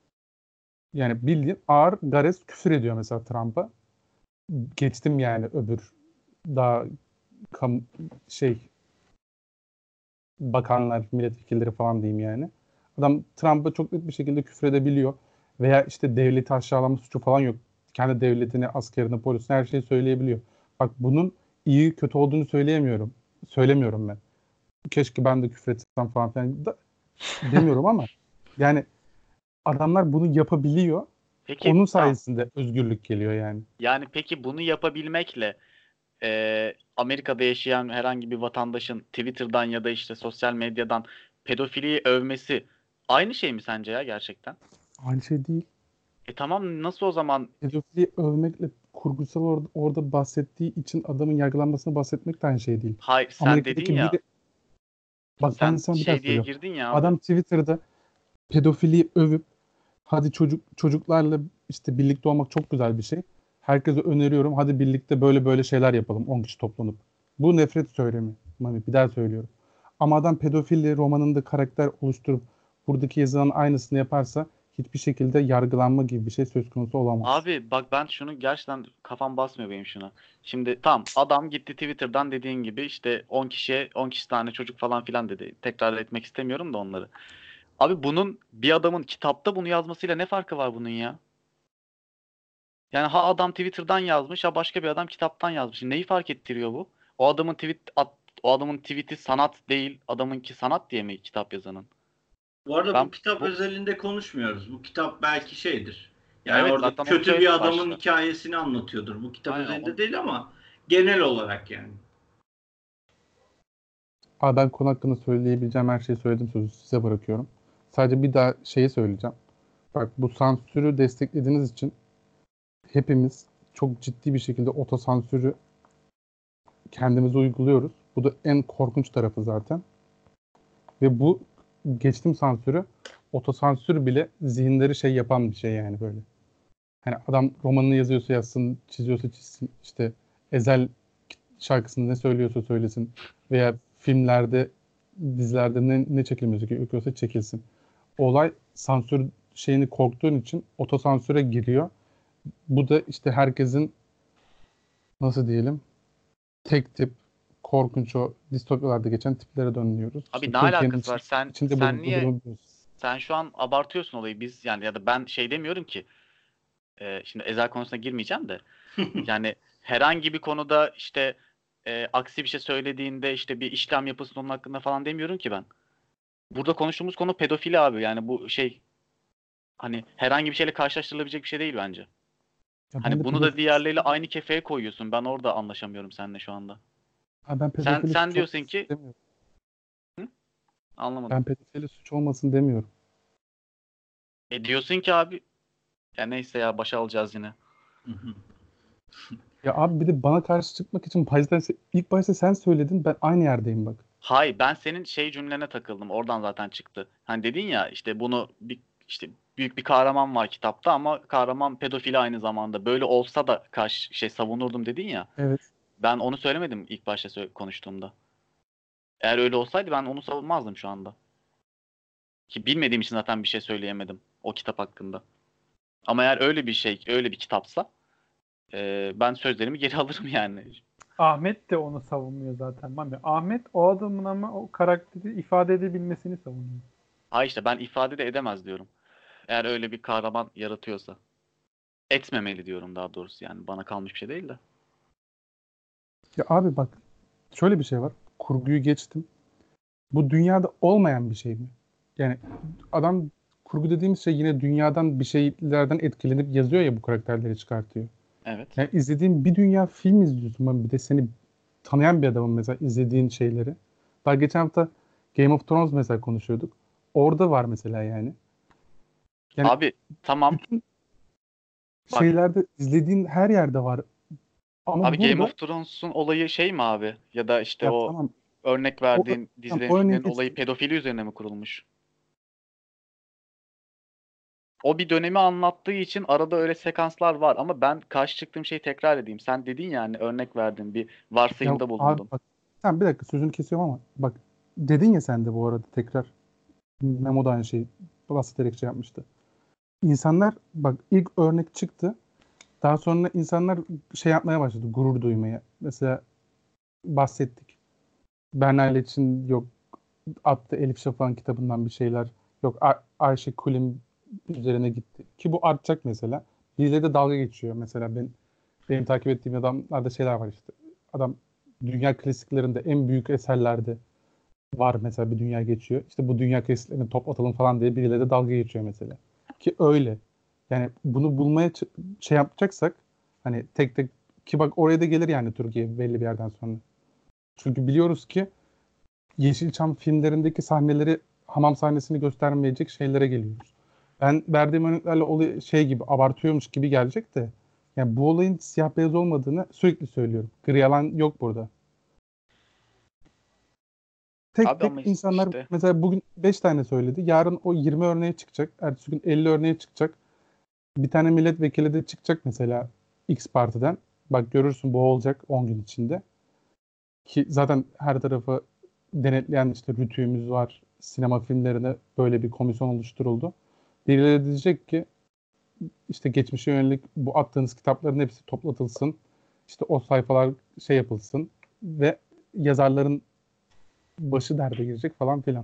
Yani bildiğin ağır gares küfür ediyor mesela Trump'a. Geçtim yani öbür daha kam şey bakanlar, milletvekilleri falan diyeyim yani. Adam Trump'a çok net bir şekilde küfredebiliyor. Veya işte devleti aşağılama suçu falan yok. Kendi devletini, askerini, polisini her şeyi söyleyebiliyor. Bak bunun iyi kötü olduğunu söyleyemiyorum. Söylemiyorum ben. Keşke ben de küfretsem falan filan da demiyorum ama yani adamlar bunu yapabiliyor. Peki Onun tamam. sayesinde özgürlük geliyor yani. Yani peki bunu yapabilmekle e, Amerika'da yaşayan herhangi bir vatandaşın Twitter'dan ya da işte sosyal medyadan pedofiliyi övmesi aynı şey mi sence ya gerçekten? Aynı şey değil. E tamam, nasıl o zaman? Pedofili övmekle kurgusal orada, orada bahsettiği için adamın yargılanmasını bahsetmek de aynı şey değil. Hayır, sen dedin Amerika'daki ya, biri, bak ben sen sana bir daha şey diye söylüyorum. girdin ya abi. Adam Twitter'da pedofili övüp hadi çocuk çocuklarla işte birlikte olmak çok güzel bir şey. Herkese öneriyorum. Hadi birlikte böyle böyle şeyler yapalım on kişi toplanıp. Bu nefret söylemi. Mami bir daha söylüyorum. Ama adam pedofili romanında karakter oluşturup buradaki yazılan aynısını yaparsa hiçbir şekilde yargılanma gibi bir şey söz konusu olamaz. Abi bak, ben şunu gerçekten kafam basmıyor benim şuna. Şimdi tamam, adam gitti Twitter'dan dediğin gibi işte on kişiye on kişi tane çocuk falan filan dedi. Tekrar etmek istemiyorum da onları. Abi bunun bir adamın kitapta bunu yazmasıyla ne farkı var bunun ya? Yani ha adam Twitter'dan yazmış, ha başka bir adam kitaptan yazmış. Neyi fark ettiriyor bu? O adamın tweet at, o adamın tweet'i sanat değil, adamınki sanat diye mi kitap yazanın? Bu arada bu Ben kitap bu özelinde konuşmuyoruz. Bu kitap belki şeydir. Ya Yani evet, orada zaten onu kötü bir söyledik adamın başta. hikayesini anlatıyordur. Bu kitap Aynen özelinde onu. değil ama genel olarak yani. Abi ben konu hakkında söyleyebileceğim her şeyi söyledim, sözü size bırakıyorum. Sadece bir daha şeyi söyleyeceğim. Bak bu sansürü desteklediğiniz için hepimiz çok ciddi bir şekilde otosansürü kendimize uyguluyoruz. Bu da en korkunç tarafı zaten. Ve bu geçtim sansürü, otosansür bile zihinleri şey yapan bir şey yani böyle. Hani adam romanını yazıyorsa yazsın, çiziyorsa çizsin, işte Ezel şarkısında ne söylüyorsa söylesin veya filmlerde, dizilerde ne, ne çekilmesi gerekiyorsa çekilsin. Olay sansür şeyini korktuğun için otosansüre giriyor. Bu da işte herkesin nasıl diyelim tek tip korkunç o distopyalarda geçen tiplere dönüyoruz. Abi İşte ne Türkiye'nin alakası var? içi- Sen içinde sen bulunduğu niye durumu biliyoruz. sen şu an abartıyorsun olayı. Biz yani, ya da ben şey demiyorum ki. E, şimdi Ezel konusuna girmeyeceğim de. Yani herhangi bir konuda işte e, aksi bir şey söylediğinde işte bir işlem yapılsın onun hakkında falan demiyorum ki ben. Burada konuştuğumuz konu pedofili abi. Yani bu şey, hani herhangi bir şeyle karşılaştırılabilecek bir şey değil bence. Ya ben de Hani bunu da pedofili diğerleriyle aynı kefeye koyuyorsun. Ben orada anlaşamıyorum seninle şu anda. ha, ben Sen pedofili sen suç diyorsun olmasın ki, demiyorum. hı? Anlamadım. Ben pedofili suç olmasın demiyorum. E diyorsun ki abi, ya neyse ya, başa alacağız yine. Ya abi bir de bana karşı çıkmak için başta, ilk başta sen söyledin, ben aynı yerdeyim bak. Hay, ben senin şey cümlene takıldım. Oradan zaten çıktı. Hani dedin ya işte bunu bir işte büyük bir kahraman var kitapta ama kahraman pedofili aynı zamanda. Böyle olsa da karşı şey savunurdum dedin ya. Evet. Ben onu söylemedim ilk başta sö- konuştuğumda. Eğer öyle olsaydı ben onu savunmazdım şu anda. Ki bilmediğim için zaten bir şey söyleyemedim o kitap hakkında. Ama eğer öyle bir şey, öyle bir kitapsa e, ben sözlerimi geri alırım yani. Ahmet de onu savunmuyor zaten. Mami. Ahmet o adamın ama o karakteri ifade edebilmesini savunuyor. Ha işte ben ifade de edemez diyorum. Eğer öyle bir kahraman yaratıyorsa. Etmemeli diyorum daha doğrusu, yani bana kalmış bir şey değil de. Ya abi bak şöyle bir şey var. Kurguyu geçtim. Bu dünyada olmayan bir şey mi? Yani adam kurgu dediğimiz şey yine dünyadan bir şeylerden etkilenip yazıyor ya bu karakterleri çıkartıyor. Evet. Yani izlediğin bir dünya film izliyorsun. Ben bir de seni tanıyan bir adamım mesela izlediğin şeyleri. Daha geçen hafta Game of Thrones mesela konuşuyorduk. Orada var mesela yani. Yani Abi tamam, bütün bak şeylerde izlediğin her yerde var. abi, Ama Game burada of Thrones'un olayı şey mi abi? Ya da işte ya o tamam örnek o, verdiğin tamam, dizilerin, o örneği filmlerin olayı geçtim. pedofili üzerine mi kurulmuş? O bir dönemi anlattığı için arada öyle sekanslar var ama ben karşı çıktığım şeyi tekrar edeyim. Sen dedin yani, örnek verdin, bir Ya varsayımda abi bulundun. bak sen bir dakika sözünü kesiyorum ama bak dedin ya sen de bu arada tekrar Memo da aynı şeyi bahsederek şey yapmıştı. İnsanlar bak ilk örnek çıktı. Daha sonra insanlar şey yapmaya başladı. Gurur duymaya. Mesela bahsettik. Bernal için yok attı Elif Şafak'ın kitabından bir şeyler. Yok Ay- Ayşe Kulim üzerine gitti. Ki bu artacak mesela. Birileri de dalga geçiyor. Mesela ben benim takip ettiğim adamlarda şeyler var işte. Adam dünya klasiklerinde en büyük eserlerde var mesela bir dünya geçiyor. İşte bu dünya klasiklerini toplatalım falan diye birileri de dalga geçiyor mesela. Ki öyle. Yani bunu bulmaya ç- şey yapacaksak hani tek tek ki bak oraya da gelir yani Türkiye belli bir yerden sonra. Çünkü biliyoruz ki Yeşilçam filmlerindeki sahneleri hamam sahnesini göstermeyecek şeylere geliyoruz. Ben verdiğim örneklerle olay şey gibi abartıyormuş gibi gelecek de yani bu olayın siyah beyaz olmadığını sürekli söylüyorum. Gri alan yok burada. Tek Abi tek ama insanlar işte mesela bugün beş tane söyledi. Yarın o yirmi örneğe çıkacak. Ertesi gün elli örneğe çıkacak. Bir tane milletvekili de çıkacak mesela X partiden. Bak görürsün bu olacak on gün içinde. Ki zaten her tarafı denetleyen işte rütüğümüz var. Sinema filmlerine böyle bir komisyon oluşturuldu. Birileri diyecek ki işte geçmişe yönelik bu attığınız kitapların hepsi toplatılsın. İşte o sayfalar şey yapılsın ve yazarların başı derde girecek falan filan.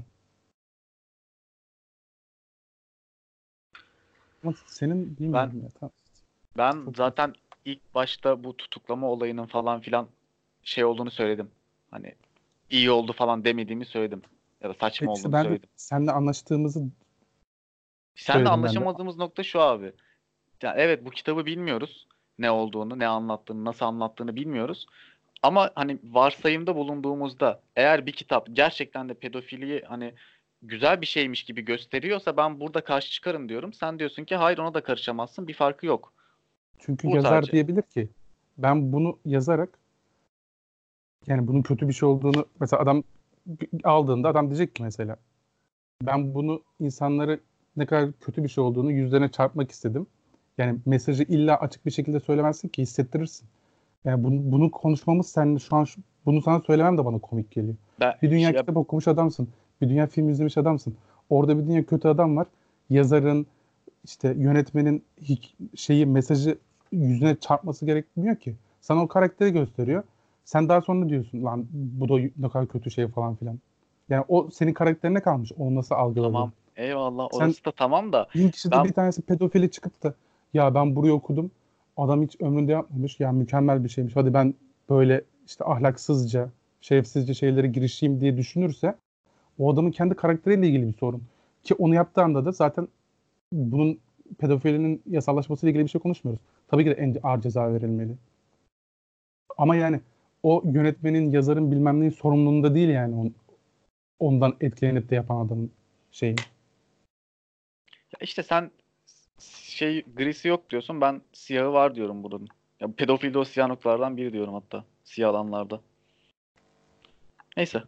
Ama senin ben bilmiyorum ya. Tamam. ben Çok zaten ilk başta bu tutuklama olayının falan filan şey olduğunu söyledim. Hani iyi oldu falan demediğimi söyledim. Ya da E saçma işte olduğunu ben de söyledim. seninle anlaştığımızı Seninle söyledim ben de. anlaşamadığımız nokta şu abi. Ya evet, bu kitabı bilmiyoruz. Ne olduğunu, ne anlattığını, nasıl anlattığını bilmiyoruz. Ama hani varsayımda bulunduğumuzda eğer bir kitap gerçekten de pedofiliyi hani güzel bir şeymiş gibi gösteriyorsa ben burada karşı çıkarım diyorum. Sen diyorsun ki hayır, ona da karışamazsın. Bir farkı yok. Çünkü Bu yazar sadece. diyebilir ki ben bunu yazarak yani bunun kötü bir şey olduğunu mesela adam aldığında adam diyecek ki mesela ben bunu insanları ne kadar kötü bir şey olduğunu yüzlerine çarpmak istedim. Yani mesajı illa açık bir şekilde söylemezsin ki hissettirirsin. Yani bunu, bunu konuşmamız seninle şu an şu- bunu sana söylemem de bana komik geliyor. Ben Bir dünya ya, kitap okumuş adamsın. Bir dünya film izlemiş adamsın. Orada bir dünya kötü adam var. Yazarın, işte yönetmenin hik- şeyi mesajı yüzüne çarpması gerekmiyor ki. Sana o karakteri gösteriyor. Sen daha sonra diyorsun lan bu da ne kadar kötü şey falan filan. Yani o senin karakterine kalmış. Onu nasıl algıladığın. tamam, eyvallah, Sen orası da tamam da bin kişide bir ben tanesi pedofili çıkıp da ya ben burayı okudum. Adam hiç ömründe yapmamış. Ya mükemmel bir şeymiş. Hadi ben böyle işte ahlaksızca, şerefsizce şeylere girişeyim diye düşünürse o adamın kendi karakteriyle ilgili bir sorun. Ki onu yaptığı anda da zaten bunun pedofilinin yasallaşmasıyla ilgili bir şey konuşmuyoruz. Tabii ki de en ağır ceza verilmeli. Ama yani o yönetmenin, yazarın bilmem neyin sorumluluğunda değil yani on- ondan etkilenip de yapan adamın şeyi. ya işte sen şey grisi yok diyorsun, ben siyahı var diyorum bunun. Ya pedofil de o siyah noktalardan biri diyorum, hatta siyah alanlarda. Neyse.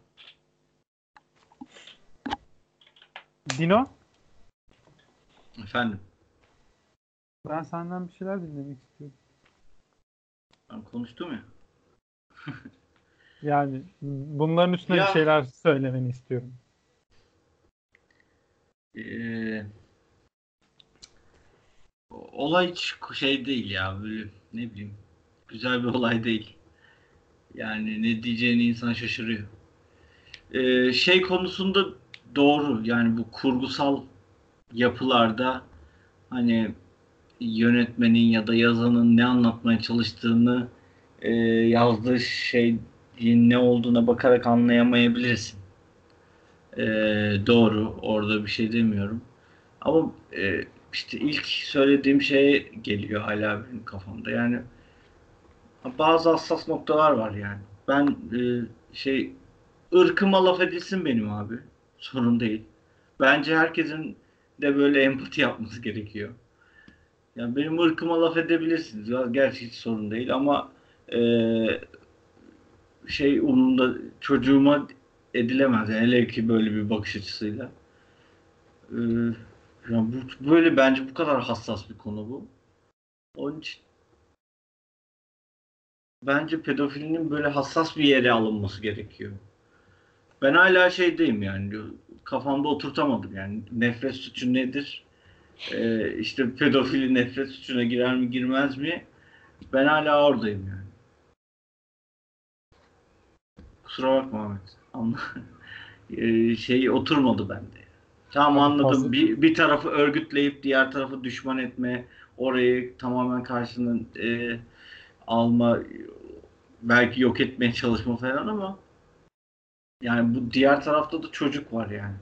Dino, Efendim, ben senden bir şeyler dinlemek istiyorum. ben konuştum ya. Yani bunların üstüne bir Ya şeyler söylemeni istiyorum. eee, olay hiç şey değil ya, böyle ne bileyim, güzel bir olay değil. Yani ne diyeceğini insan şaşırıyor. Eee, şey konusunda doğru, yani bu kurgusal yapılarda hani yönetmenin ya da yazanın ne anlatmaya çalıştığını eee, yazdığı şeyin ne olduğuna bakarak anlayamayabilirsin. Eee, doğru, orada bir şey demiyorum. Ama eee, işte ilk söylediğim şey geliyor hala benim kafamda. Yani bazı hassas noktalar var yani. Ben eee, şey ırkıma laf edilsin benim abi. Sorun değil. Bence herkesin de böyle empati yapması gerekiyor. Yani benim ırkıma laf edebilirsiniz. Ya, gerçi hiç sorun değil ama eee, şey umurumda çocuğuma edilemez. Yani hele ki böyle bir bakış açısıyla. Eee, yani bu, böyle bence bu kadar hassas bir konu bu. Onun için bence pedofilinin böyle hassas bir yere alınması gerekiyor. Ben hala şeydeyim yani kafamda oturtamadım yani nefret suçu nedir? Ee, işte pedofili nefret suçuna girer mi girmez mi? Ben hala oradayım yani. Kusura bakma Ahmet. Anla. e, şey oturmadı bende. Tamam, Abi anladım. fazla- Bir, bir tarafı örgütleyip diğer tarafı düşman etme, orayı tamamen karşının e, alma, belki yok etmeye çalışma falan ama yani bu diğer tarafta da çocuk var yani.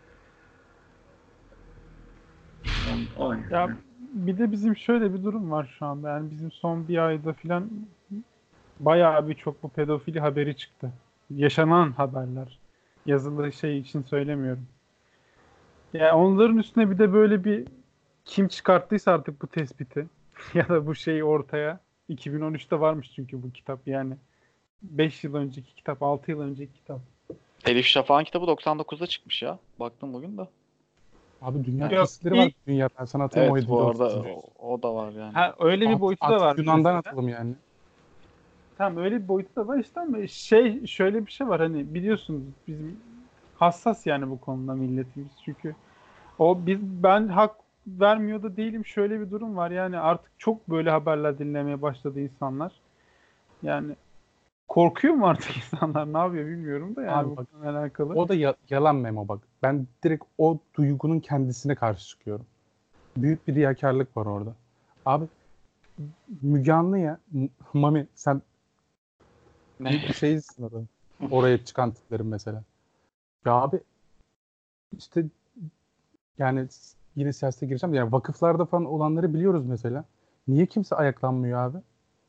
O, o yani. Ya bir de bizim şöyle bir durum var şu anda. Yani bizim son bir ayda filan bayağı bir çok bu pedofili haberi çıktı. Yaşanan haberler. Yazılı şey için söylemiyorum. Yani onların üstüne bir de böyle bir kim çıkarttıysa artık bu tespiti ya da bu şeyi ortaya. iki bin on üçte varmış çünkü bu kitap yani. beş yıl önceki kitap, altı yıl önceki kitap. Elif Şafak'ın kitabı doksan dokuzda çıkmış ya. Baktım bugün de. Abi dünya Yok, kesitleri var. ilk- Dünya, ben sana atayım o Evet, bu arada editörü. o, o da var yani. Ha, öyle bir At, boyutu da at var Yunan'dan mesela. atalım yani. Tamam, öyle bir boyutu da var işte ama şey şöyle bir şey var, hani biliyorsunuz bizim hassas yani bu konuda milletimiz, çünkü o biz ben hak vermiyor da değilim, şöyle bir durum var yani artık çok böyle haberler dinlemeye başladı insanlar. Yani korkuyor mu artık insanlar, ne yapıyor bilmiyorum da yani Abi bu bak, konuyla alakalı. O da ya- yalan Memo bak. Ben direkt o duygunun kendisine karşı çıkıyorum. Büyük bir riyakarlık var orada. Abi Müge Anlı ya. M- Mami sen Ne? büyük bir şeysin orada. Oraya çıkan tiplerin mesela. Ya abi işte yani s- yine siyasete gireceğim. Yani vakıflarda falan olanları biliyoruz mesela. Niye kimse ayaklanmıyor abi?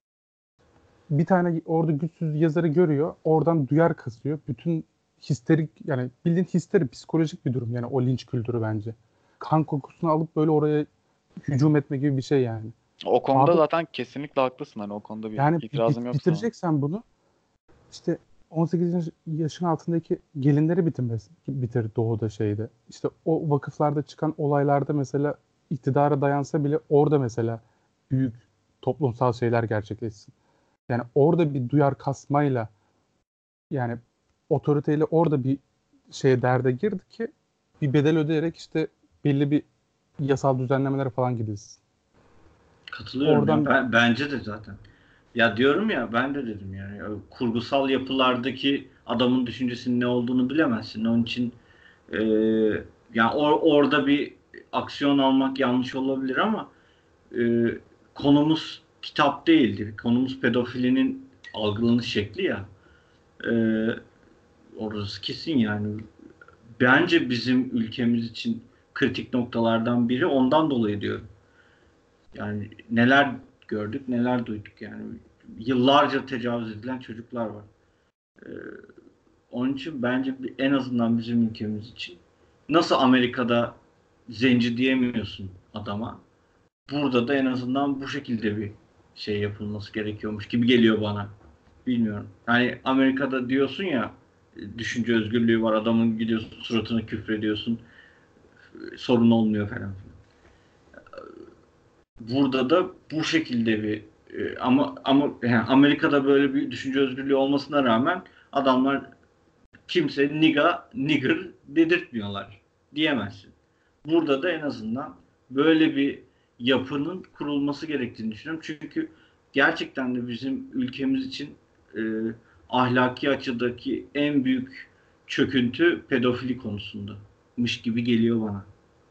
Bir tane orada güçsüz yazarı görüyor. Oradan duyar kasıyor. Bütün histerik yani bildiğin histeri psikolojik bir durum yani o linç kültürü bence. Kan kokusunu alıp böyle oraya hücum etme gibi bir şey yani. O konuda Abi zaten kesinlikle haklısın. Hani o konuda bir yani bi- itirazım bit- yok sana. bitireceksen bunu işte on sekiz yaş- yaşın altındaki gelinleri bitirmesi, bitir doğuda şeyde. İşte o vakıflarda çıkan olaylarda mesela iktidara dayansa bile orada mesela büyük toplumsal şeyler gerçekleşsin. Yani orada bir duyar kasmayla yani otoriteyle orada bir şeye derde girdi ki bir bedel ödeyerek işte belli bir yasal düzenlemelere falan gidilsin. Katılıyorum ya. Oradan Ben, bence de zaten. Ya diyorum ya, ben de dedim yani o kurgusal yapılardaki adamın düşüncesinin ne olduğunu bilemezsin. Onun için e, yani or- orada bir aksiyon almak yanlış olabilir ama e, konumuz kitap değildi. Konumuz pedofilinin algılanış şekli ya. E, Orası kesin yani. Bence bizim ülkemiz için kritik noktalardan biri ondan dolayı diyorum. Yani neler gördük, neler duyduk yani. Yıllarca tecavüz edilen çocuklar var. Ee, Onun için bence en azından bizim ülkemiz için nasıl Amerika'da zenci diyemiyorsun adama, burada da en azından bu şekilde bir şey yapılması gerekiyormuş gibi geliyor bana. Bilmiyorum. Yani Amerika'da diyorsun ya, düşünce özgürlüğü var, adamın gidiyorsun suratına küfrediyorsun, sorun olmuyor falan. Burada da bu şekilde bir e, ama ama yani Amerika'da böyle bir düşünce özgürlüğü olmasına rağmen adamlar kimse niga, nigger dedirtmiyorlar. Diyemezsin. Burada da en azından böyle bir yapının kurulması gerektiğini düşünüyorum. Çünkü gerçekten de bizim ülkemiz için e, ahlaki açıdaki en büyük çöküntü pedofili konusundamış gibi geliyor bana.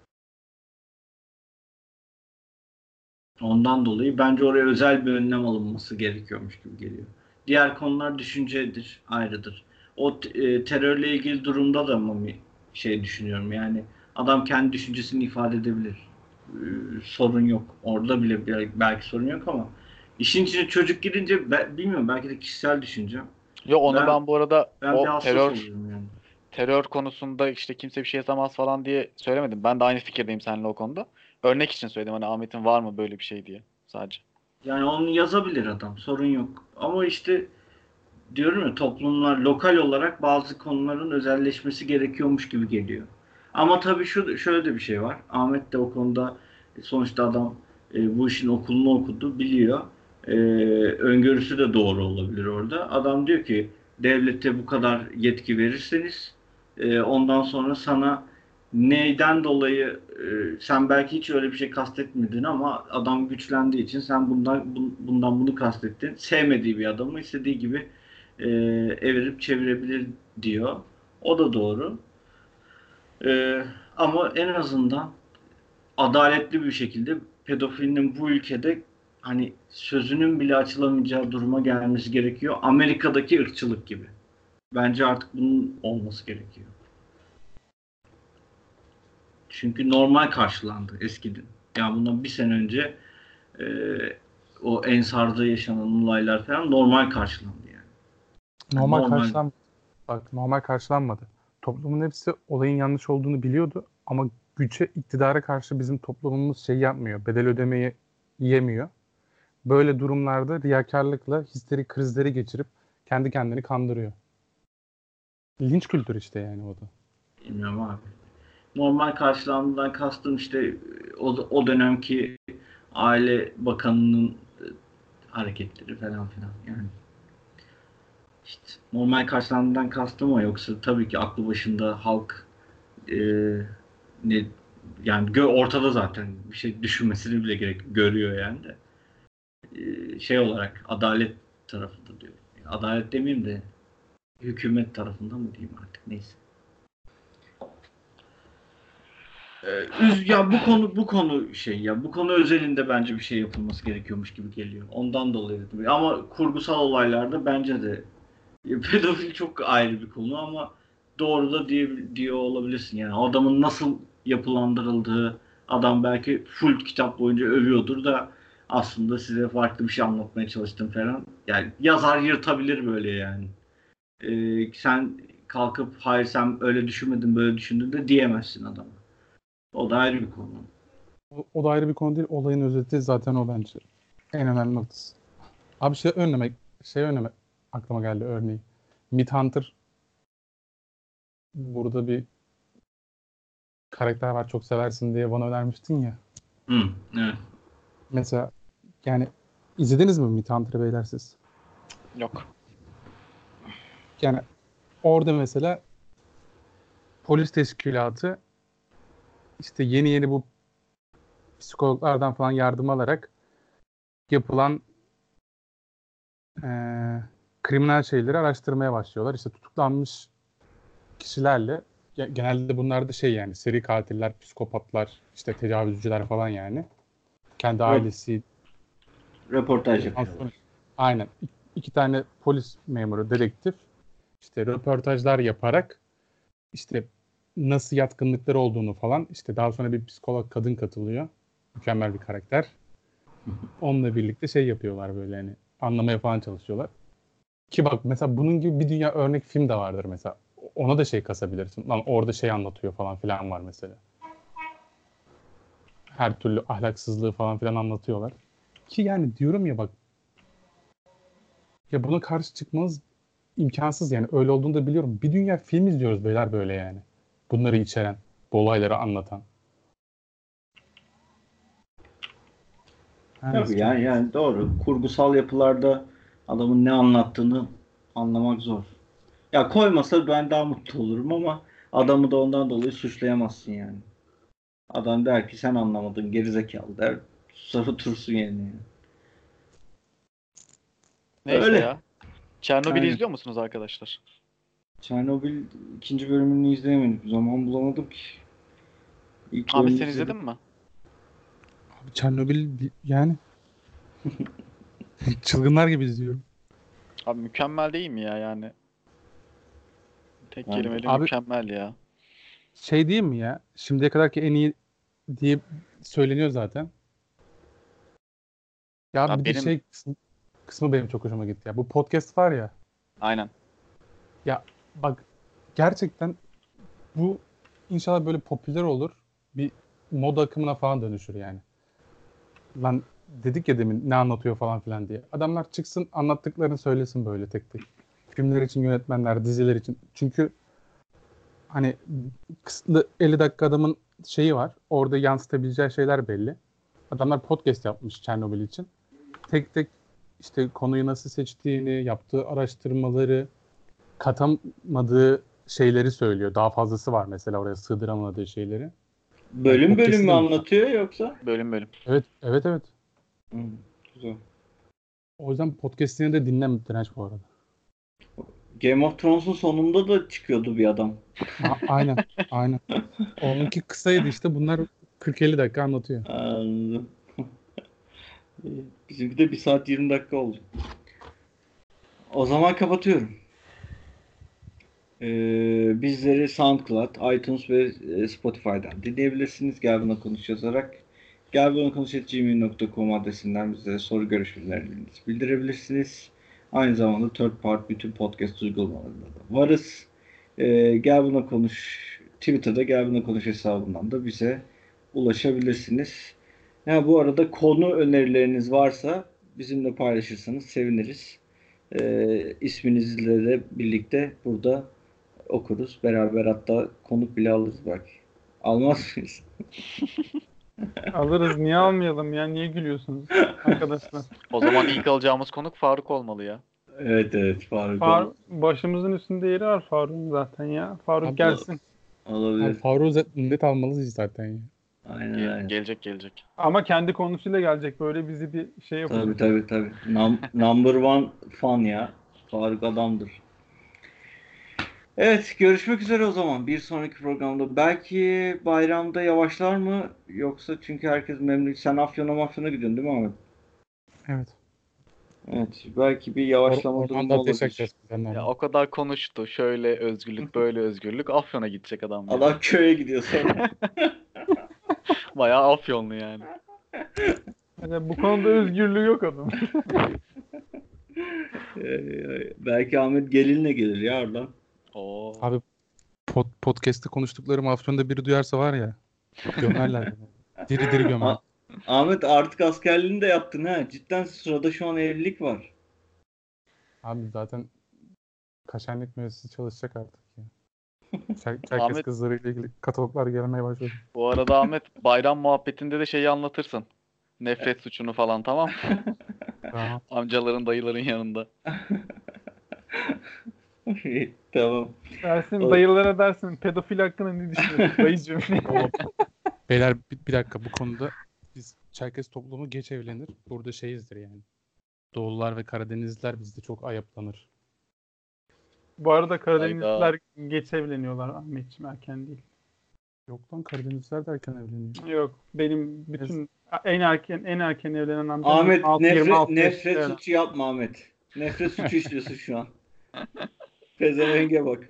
Ondan dolayı bence oraya özel bir önlem alınması gerekiyormuş gibi geliyor. Diğer konular düşüncedir, ayrıdır. O e, terörle ilgili durumda da Mami şey düşünüyorum yani adam kendi düşüncesini ifade edebilir. E, sorun yok. Orada bile belki sorun yok ama işin içine çocuk girince ben, bilmiyorum, belki de kişisel düşüncem. Yo, onu Ben ben bu arada ben bir o hassas terör oluyorum yani. terör konusunda işte kimse bir şey yazamaz falan diye söylemedim. Ben de aynı fikirdeyim seninle o konuda. Örnek için söyledim, hani Ahmet'in var mı böyle bir şey diye sadece. Yani onu yazabilir adam, sorun yok. Ama işte diyorum ya, toplumlar lokal olarak bazı konuların özelleşmesi gerekiyormuş gibi geliyor. Ama tabii şu şöyle de bir şey var. Ahmet de o konuda sonuçta adam e, bu işin okulunu okudu, biliyor. E, Öngörüsü de doğru olabilir orada. Adam diyor ki devlete bu kadar yetki verirseniz e, ondan sonra sana neyden dolayı e, sen belki hiç öyle bir şey kastetmedin ama adam güçlendiği için sen bundan bundan bunu kastettin. Sevmediği bir adamı istediği gibi e, evirip çevirebilir diyor. O da doğru. Ee, ama en azından adaletli bir şekilde pedofilinin bu ülkede hani sözünün bile açılamayacağı duruma gelmesi gerekiyor. Amerika'daki ırkçılık gibi. Bence artık bunun olması gerekiyor. Çünkü normal karşılandı eskiden. Yani bundan bir sene önce e, o Ensar'da yaşanan olaylar falan normal karşılandı yani. Normal normal. karşılan bak normal karşılanmadı. Toplumun hepsi olayın yanlış olduğunu biliyordu ama güce, iktidara karşı bizim toplumumuz şey yapmıyor. Bedel ödemeyi yiyemiyor. Böyle durumlarda riyakarlıkla histerik krizleri geçirip kendi kendini kandırıyor. Linç kültürü işte yani o da. Bilmiyorum abi. Normal karşılandığından kastım işte o, o dönemki Aile Bakanı'nın hareketleri falan filan yani. İşte normal karşılandığından kastım o, yoksa tabii ki aklı başında halk e, ne yani gö ortada zaten bir şey düşünmesini bile gerek görüyor yani de e, şey olarak adalet tarafında diyor. Adalet demeyeyim de hükümet tarafında mı diyeyim artık, neyse. Ee, ya bu konu bu konu şey ya bu konu özelinde bence bir şey yapılması gerekiyormuş gibi geliyor. Ondan dolayı dedim. Ama kurgusal olaylarda bence de ya, pedofil çok ayrı bir konu ama doğru da diye, diyor olabilirsin. Yani adamın nasıl yapılandırıldığı, adam belki full kitap boyunca övüyordur da aslında size farklı bir şey anlatmaya çalıştım falan. Yani yazar yırtabilir böyle yani. Ee, sen kalkıp hayır sen öyle düşünmedin böyle düşündün de diyemezsin adama. O da ayrı bir konu. O, o da ayrı bir konu değil. Olayın özeti zaten o bence. En önemli noktası. Abi şey önlemek, şey önlemek aklıma geldi örneği. Midhunter burada bir karakter var çok seversin diye bana önermiştin ya. Hı, evet. Mesela yani izlediniz mi Midhunter'ı beyler siz? Yok. Yani orada mesela polis teşkilatı işte yeni yeni bu psikologlardan falan yardım alarak yapılan eee, kriminal şeyleri araştırmaya başlıyorlar. İşte tutuklanmış kişilerle ge- genelde bunlar da şey yani seri katiller, psikopatlar, işte tecavüzcüler falan yani. Kendi Röp- ailesi röportaj ondan sonra yapıyorlar. aynen İ- iki tane polis memuru, dedektif işte röportajlar yaparak işte nasıl yatkınlıkları olduğunu falan işte daha sonra bir psikolog kadın katılıyor. Mükemmel bir karakter. Onunla birlikte şey yapıyorlar böyle hani anlamaya falan çalışıyorlar. Ki bak mesela bunun gibi bir dünya örnek film de vardır mesela. Ona da şey kasabilirsin. Lan orada şey anlatıyor falan filan var mesela. Her türlü ahlaksızlığı falan filan anlatıyorlar. Ki yani diyorum ya bak ya buna karşı çıkmanız imkansız yani öyle olduğunu da biliyorum. Bir dünya film izliyoruz beyler böyle yani. Bunları içeren, bu olayları anlatan. Her neyse Tabii çok yani, yani doğru. Kurgusal yapılarda adamın ne anlattığını anlamak zor. Ya koymasa ben daha mutlu olurum ama adamı da ondan dolayı suçlayamazsın yani. Adam der ki sen anlamadın gerizekalı der. Sonra tursun yerine yani. Neyse Öyle. ya. Çernobil'i Aynen. izliyor musunuz arkadaşlar? Çernobil ikinci bölümünü izleyemedik. Zaman bulamadım ki. İlk Ahmet bölümü sen izledim. izledin mi? Abi Çernobil yani çılgınlar gibi izliyorum. Abi mükemmel değil mi ya yani? Tek Ben de. kelimeyle Abi mükemmel ya. şey diyeyim mi ya? Şimdiye kadarki en iyi diye söyleniyor zaten. Ya Ya bir de benim şey kısmı, kısmı benim çok hoşuma gitti ya. Bu podcast var ya. aynen. Ya bak gerçekten bu inşallah böyle popüler olur. Bir moda akımına falan dönüşür yani. Lan dedik ya demin ne anlatıyor falan filan diye. Adamlar çıksın anlattıklarını söylesin böyle tek tek. Filmler için yönetmenler, diziler için. Çünkü hani kısıtlı elli dakika adamın şeyi var. Orada yansıtabileceği şeyler belli. Adamlar podcast yapmış Çernobil için. Tek tek işte konuyu nasıl seçtiğini, yaptığı araştırmaları, katamadığı şeyleri söylüyor. Daha fazlası var mesela oraya sığdıramadığı şeyleri. Yani Bölüm bölüm podcast'i mü de mükemmel. anlatıyor yoksa? Bölüm bölüm. Evet, evet, evet. Hı, güzel. O yüzden podcast'ini de dinleme direnç bu arada. Game of Thrones'un sonunda da çıkıyordu bir adam. A- aynen. Aynen. Onunki kısaydı işte. Bunlar kırk elli dakika anlatıyor. Anladım. Bizimki de bir saat yirmi dakika oldu. O zaman kapatıyorum. Ee, bizleri SoundCloud, iTunes ve e, Spotify'dan dinleyebilirsiniz. Gel Buna Konuş yazarak. gel buna konuş at gmail nokta com adresinden bize soru görüş önerilerinizi bildirebilirsiniz. Aynı zamanda Third Part bütün podcast uygulamalarında da varız. Ee, Gel Buna Konuş Twitter'da Gel Buna Konuş hesabından da bize ulaşabilirsiniz. Ha, bu arada konu önerileriniz varsa bizimle paylaşırsanız seviniriz. Ee, isminizle de birlikte burada okuruz. Beraber hatta konuk bile alırız belki. Almaz mıyız? Alırız. Niye almayalım ya? Niye gülüyorsunuz arkadaşlar? O zaman ilk alacağımız konuk Faruk olmalı ya. Evet evet Faruk Far ol- başımızın üstünde yeri var Faruk'un zaten ya. Faruk Abi- gelsin. olabilir. Yani Faruk'u zaten net almalıyız zaten ya. Aynen Gel- aynen. gelecek gelecek. Ama kendi konusuyla gelecek. Böyle bizi bir şey yapacak. Tabii tabii tabii. Num- number one fan ya. Faruk adamdır. Evet, görüşmek üzere o zaman bir sonraki programda. Belki bayramda yavaşlar mı? Yoksa çünkü herkes memnun. Sen Afyon'a Mafyon'a gidiyorsun değil mi Ahmet? Evet. Evet, belki bir Or- yavaşlama durumu Ormanda ateş olabilir. yakacağız biz senden. Ya o kadar konuştu. Şöyle özgürlük, böyle özgürlük. Afyon'a gidecek adam ya. Adam köye gidiyor sonra. Bayağı Afyonlu yani. Yani bu konuda özgürlüğü yok adam. Ee, belki Ahmet gelinle gelir ya oradan. Oo. Abi pod- podcast'te konuştuklarım Afyon'da biri duyarsa var ya gömerler beni. Diri diri gömer. Ah- Ahmet artık askerliğini de yaptın ha. Cidden sırada şu an evlilik var. Abi zaten kaşenlik müessesesi çalışacak artık ya. Çer- Çerkes Ahmet- kızlarıyla ilgili kataloglar gelmeye başladı. Bu arada Ahmet bayram muhabbetinde de şeyi anlatırsın. Nefret suçunu falan, tamam. Tamam. Amcaların, dayıların yanında. Tamam. Dersin O- dayılara dersin pedofil hakkında ne düşünüyorsun dayıcığım? Oğlum, beyler bir, bir dakika bu konuda biz Çerkes toplumu geç evlenir. Burada şeyizdir yani. Doğullar ve Karadenizliler bizde çok ayıplanır. Bu arada Karadenizliler geç evleniyorlar Ahmetciğim, erken değil. Yok lan Karadenizliler de erken evleniyor. Yok, benim bütün en erken en erken evlenen amcam Ahmet yirmi altı, nefret, yirmi altı nefret yaşında. suçu yapma Ahmet. Nefret suçu işliyorsun şu an. Pezevenge bak.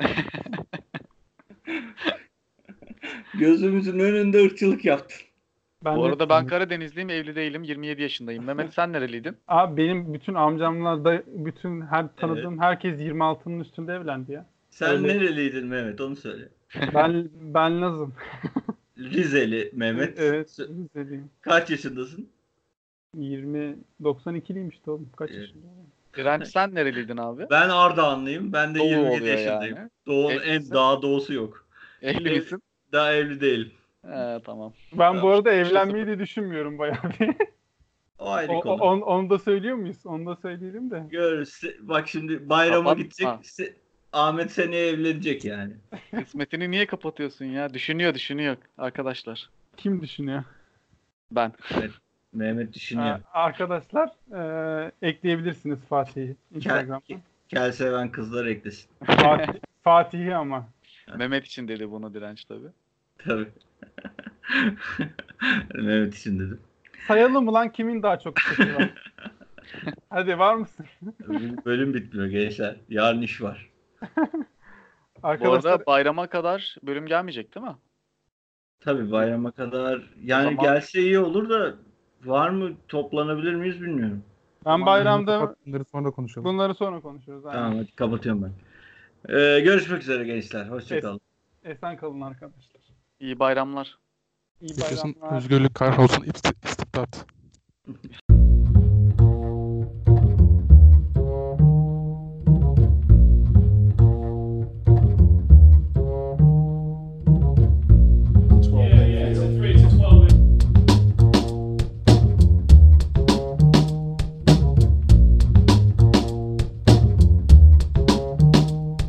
Gözümüzün önünde ırkçılık yaptın. Ben Bu de- arada ben Karadenizliyim, evli değilim, yirmi yedi yaşındayım. Mehmet sen nereliydin? Abi benim bütün amcamlar da bütün her tanıdığım herkes yirmi altının üstünde evlendi ya. Sen Öyle. nereliydin Mehmet onu söyle. Ben ben Lazım. Rizeli Mehmet. Evet, Sö- Rizeliyim. Kaç yaşındasın? yirmi doksan ikiliyim işte oğlum. Kaç Evet. yaşında? Direnç sen nereliydin abi? Ben Ardahanlıyım. Ben de Doğu yirmi yedi oluyor yaşındayım. yani. Doğu, Evli en misin? daha doğusu yok. Evli Ev- misin? Daha evli değilim. He, tamam. Ben bu arada İşte evlenmeyi de düşünmüyorum bayağı bir. O ayrı O, o- konu. on- onu da söylüyor muyuz? Onu da söyleyelim de. Görürüz. Bak şimdi bayrama Kapatma. gidecek. Se- Ahmet seneye evlenecek yani. Kısmetini niye kapatıyorsun ya? Düşünüyor düşünüyor arkadaşlar. Kim düşünüyor? Ben. Mehmet düşünüyor. Ee, arkadaşlar e, ekleyebilirsiniz Fatih'i Instagram'dan. Kel, kel seven kızlar eklesin. Fatih, Fatih'i ama. Mehmet için dedi bunu Direnç tabii. Tabii. Mehmet için dedim. Sayalım mı lan kimin daha çok kızı var? Hadi var mısın? Bugün bölüm bitmiyor gençler. Yarın iş var. Bu Arkadaşlar arada bayrama kadar bölüm gelmeyecek değil mi? Tabii bayrama kadar yani zaman- gelse iyi olur da var mı toplanabilir miyiz bilmiyorum. ben bayramda Kapat, bunları sonra konuşalım. bunları sonra konuşuyoruz. Aynen. Tamam hadi kapatıyorum ben. Ee, görüşmek üzere gençler. Hoşçakalın. Esen kalın arkadaşlar. İyi bayramlar. İyi Yaşasın bayramlar. özgürlük kahrolsun isti- istibdat.